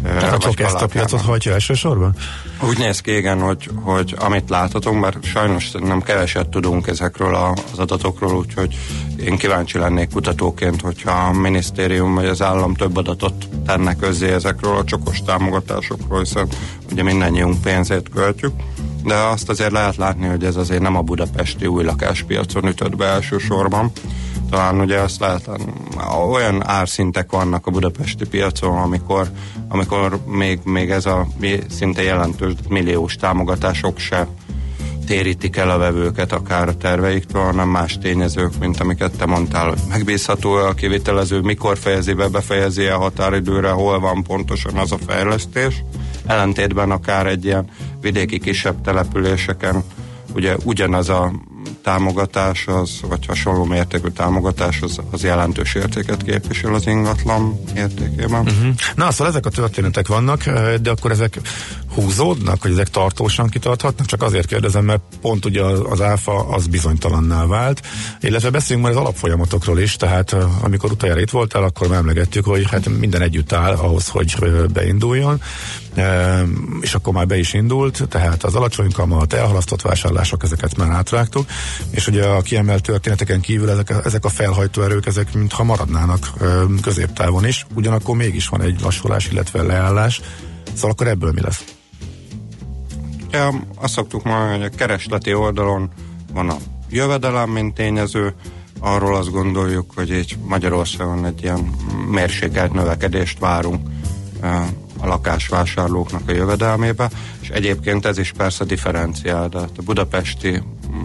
Tehát a csok ezt a piacot hajtja elsősorban? Úgy néz ki, igen, hogy amit láthatunk, mert sajnos nem keveset tudunk ezekről az adatokról, úgyhogy én kíváncsi lennék kutatóként, hogyha a minisztérium vagy az állam több adatot tenne közzé ezekről a csokos támogatásokról, hiszen ugye mindannyiunk pénzét költjük, de azt azért lehet látni, hogy ez azért nem a budapesti új lakáspiacon ütött be elsősorban. Talán ugye azt lehet, olyan árszintek vannak a budapesti piacon, amikor még ez a szinte jelentős milliós támogatások se térítik el a vevőket akár a terveiktől, hanem más tényezők, mint amiket te mondtál, hogy megbízható a kivitelező, mikor fejezi be, befejezi a határidőre, hol van pontosan az a fejlesztés. Ellentétben akár egy ilyen vidéki kisebb településeken ugye ugyanaz a támogatás, vagy hasonló mértékű támogatás az jelentős értéket képvisel az ingatlan értékében. Na, szóval ezek a történetek vannak, de akkor ezek húzódnak, hogy ezek tartósan kitarthatnak? Csak azért kérdezem, mert pont ugye az áfa az bizonytalanná vált, illetve beszéljünk már az alapfolyamatokról is, tehát amikor utoljára itt voltál, akkor már emlegettük, hogy hát minden együtt áll ahhoz, hogy beinduljon, és akkor már be is indult, tehát az alacsony kamat, elhalasztott vásárlások, ezeket már átrágtuk, és ugye a kiemelt történeteken kívül ezek a felhajtó erők, ezek mintha maradnának középtávon is, ugyanakkor mégis van egy lassulás, illetve leállás, szóval akkor ebből mi lesz? Ja, azt szoktuk mondani, hogy a keresleti oldalon van a jövedelem, mint tényező, arról azt gondoljuk, hogy így Magyarországon egy ilyen mérsékelt növekedést várunk a lakásvásárlóknak a jövedelmébe, és egyébként ez is persze differenciál, de a budapesti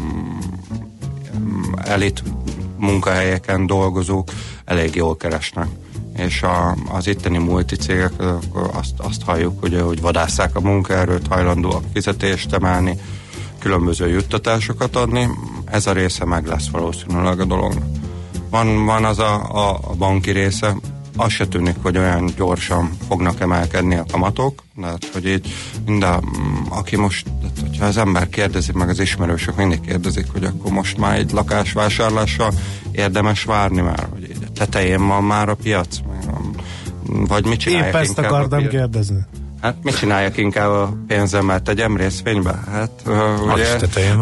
elit munkahelyeken dolgozók elég jól keresnek, és az itteni multicégek azt halljuk, hogy vadásszák a munkaerőt, hajlandóak fizetést emelni, különböző juttatásokat adni, ez a része meg lesz valószínűleg a dolognak. Van az a banki része, az se tűnik, hogy olyan gyorsan fognak emelkedni a kamatok, de hogy így aki most, hogyha az ember kérdezi, meg az ismerősök mindig kérdezik, hogy akkor most már egy lakásvásárlással érdemes várni már, hogy így a tetején van már a piac, vagy mit csináljak épp ezt akartam kérdezni. Hát mit csináljak inkább a pénzemmel, tegyem részvénybe? Hát ugye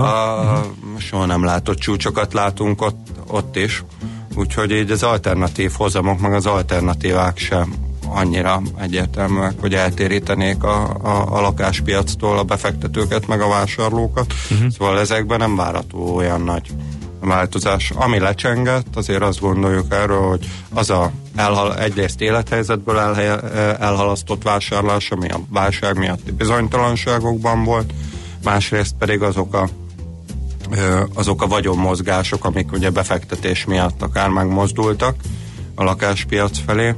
soha nem látott csúcsokat látunk ott is, úgyhogy így az alternatív hozamok, meg az alternatívák sem annyira egyértelműek, hogy eltérítenék a lakáspiactól a befektetőket, meg a vásárlókat. Szóval ezekben nem várható olyan nagy változás. Ami lecsengett, azért azt gondoljuk erről, hogy az egyrészt élethelyzetből elhalasztott vásárlás, ami a válság miatti bizonytalanságokban volt, másrészt pedig azok a vagyonmozgások, amik ugye befektetés miatt akár megmozdultak a lakáspiac felé,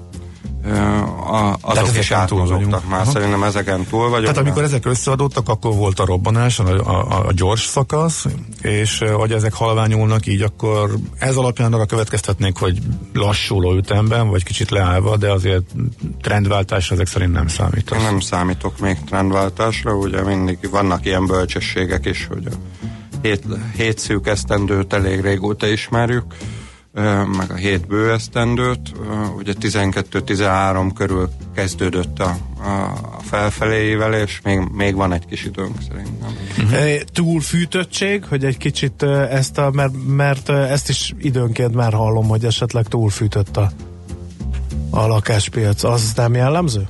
azok is átmozogtak már. Szerintem ezeken túl vagyok. Tehát amikor ezek összeadódtak, akkor volt a robbanás, a gyors szakasz, és hogy ezek halványulnak így, akkor ez alapján arra következtetnénk, hogy lassuló ütemben, vagy kicsit leállva, de azért trendváltásra ezek szerint nem számít. Nem számítok még trendváltásra, ugye mindig vannak ilyen bölcsességek is, hogy a 7 szűk esztendőt elég régóta ismerjük, meg a 7 bő esztendőt, ugye 12-13 körül kezdődött a felfeléivel, és még van egy kis időnk szerintem. Túlfűtöttség, hogy egy kicsit mert ezt is időnként már hallom, hogy esetleg túlfűtött a lakáspiac, az nem jellemző?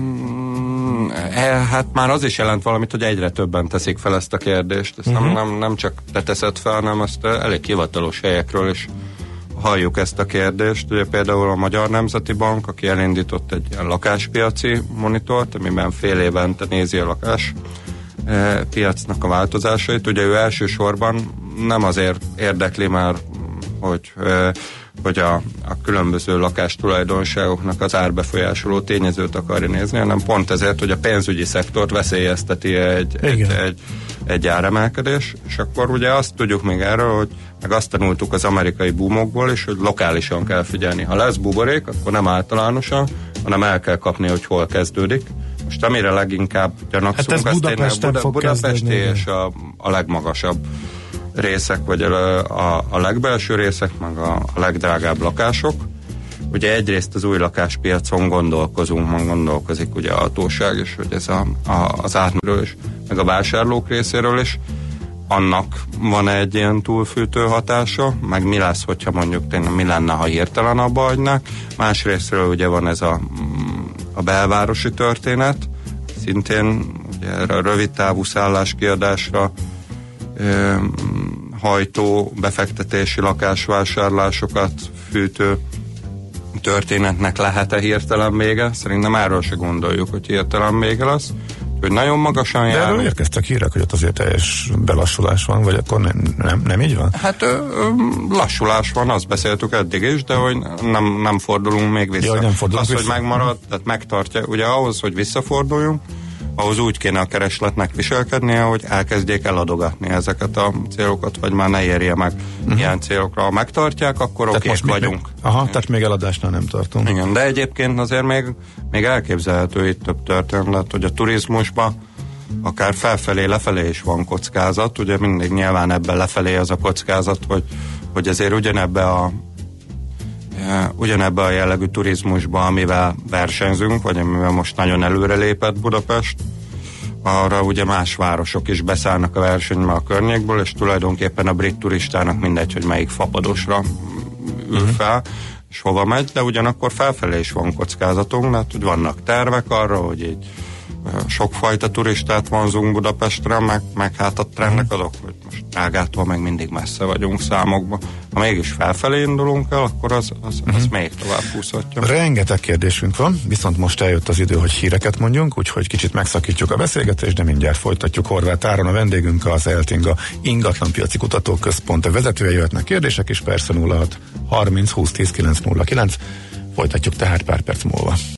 Hát már az is jelent valamit, hogy egyre többen teszik fel ezt a kérdést. Ezt nem csak te teszed fel, hanem azt elég hivatalos helyekről is halljuk ezt a kérdést. Ugye például a Magyar Nemzeti Bank, aki elindított egy ilyen lakáspiaci monitort, amiben fél évente nézi a lakáspiacnak a változásait. Ugye ő elsősorban nem azért érdekli már, hogy a különböző lakástulajdonságoknak az árbefolyásoló tényezőt akarja nézni, hanem pont ezért, hogy a pénzügyi szektort veszélyezteti egy áremelkedés, és akkor ugye azt tudjuk még erről, hogy meg azt tanultuk az amerikai boomokból is, hogy lokálisan kell figyelni. Ha lesz buborék, akkor nem általánosan, hanem el kell kapni, hogy hol kezdődik. Most amire leginkább gyanakszunk, hát ez Budapesti és a legmagasabb részek, vagy a legbelső részek, meg a legdrágább lakások. ugye egyrészt az új lakáspiacon gondolkozik ugye a hatóság is, hogy ez az átmerő is, meg a vásárlók részéről is, annak van egy ilyen túlfűtő hatása, meg mi lesz, hogyha mondjuk tényleg mi lenne, ha hirtelen abba hagynak. Másrésztről ugye van ez a belvárosi történet, szintén ugye a rövid távú szálláskiadásra hajtó befektetési lakásvásárlásokat fűtő történetnek lehet-e hirtelen vége? Szerintem erről se gondoljuk, hogy hirtelen vége lesz. Hogy nagyon magasan jár. De erről érkeztek hírek, hogy ott azért teljes belassulás van, vagy akkor nem így van? Hát lassulás van, azt beszéltük eddig is, de hogy nem fordulunk még vissza. Ja, nem fordulunk vissza. Hogy megmarad, tehát megtartja. Ugye ahhoz, hogy visszaforduljunk, ahhoz úgy kéne a keresletnek viselkednie, hogy elkezdjék eladogatni ezeket a célokat, vagy már ne érje meg ilyen célokra. Ha megtartják, akkor okék vagyunk. Tehát még eladásnál nem tartunk. Igen, de egyébként azért még elképzelhető itt több történet, hogy a turizmusban akár felfelé, lefelé is van kockázat. Ugye mindig nyilván ebben lefelé az a kockázat, hogy azért ugyanebbe a jellegű turizmusba, amivel versenyzünk, vagy amivel most nagyon előrelépett Budapest, arra ugye más városok is beszállnak a versenybe a környékből, és tulajdonképpen a brit turistának mindegy, hogy melyik fapadosra ül fel, és hova megy, de ugyanakkor felfelé is van kockázatunk, mert hogy vannak tervek arra, hogy így sokfajta turistát vonzunk Budapestre, meg hát a trendnek azok, hogy most Prágától meg mindig messze vagyunk számokban. Ha mégis felfelé indulunk el, akkor az még tovább húzhatja. Rengeteg kérdésünk van, viszont most eljött az idő, hogy híreket mondjunk, úgyhogy kicsit megszakítjuk a beszélgetést, de mindjárt folytatjuk. Horváth Áron a vendégünk, az Eltinga Ingatlanpiaci Kutatóközpont vezetője, jöhetnek kérdések is, persze 06 30 20 10 909. Folytatjuk tehát pár perc múlva.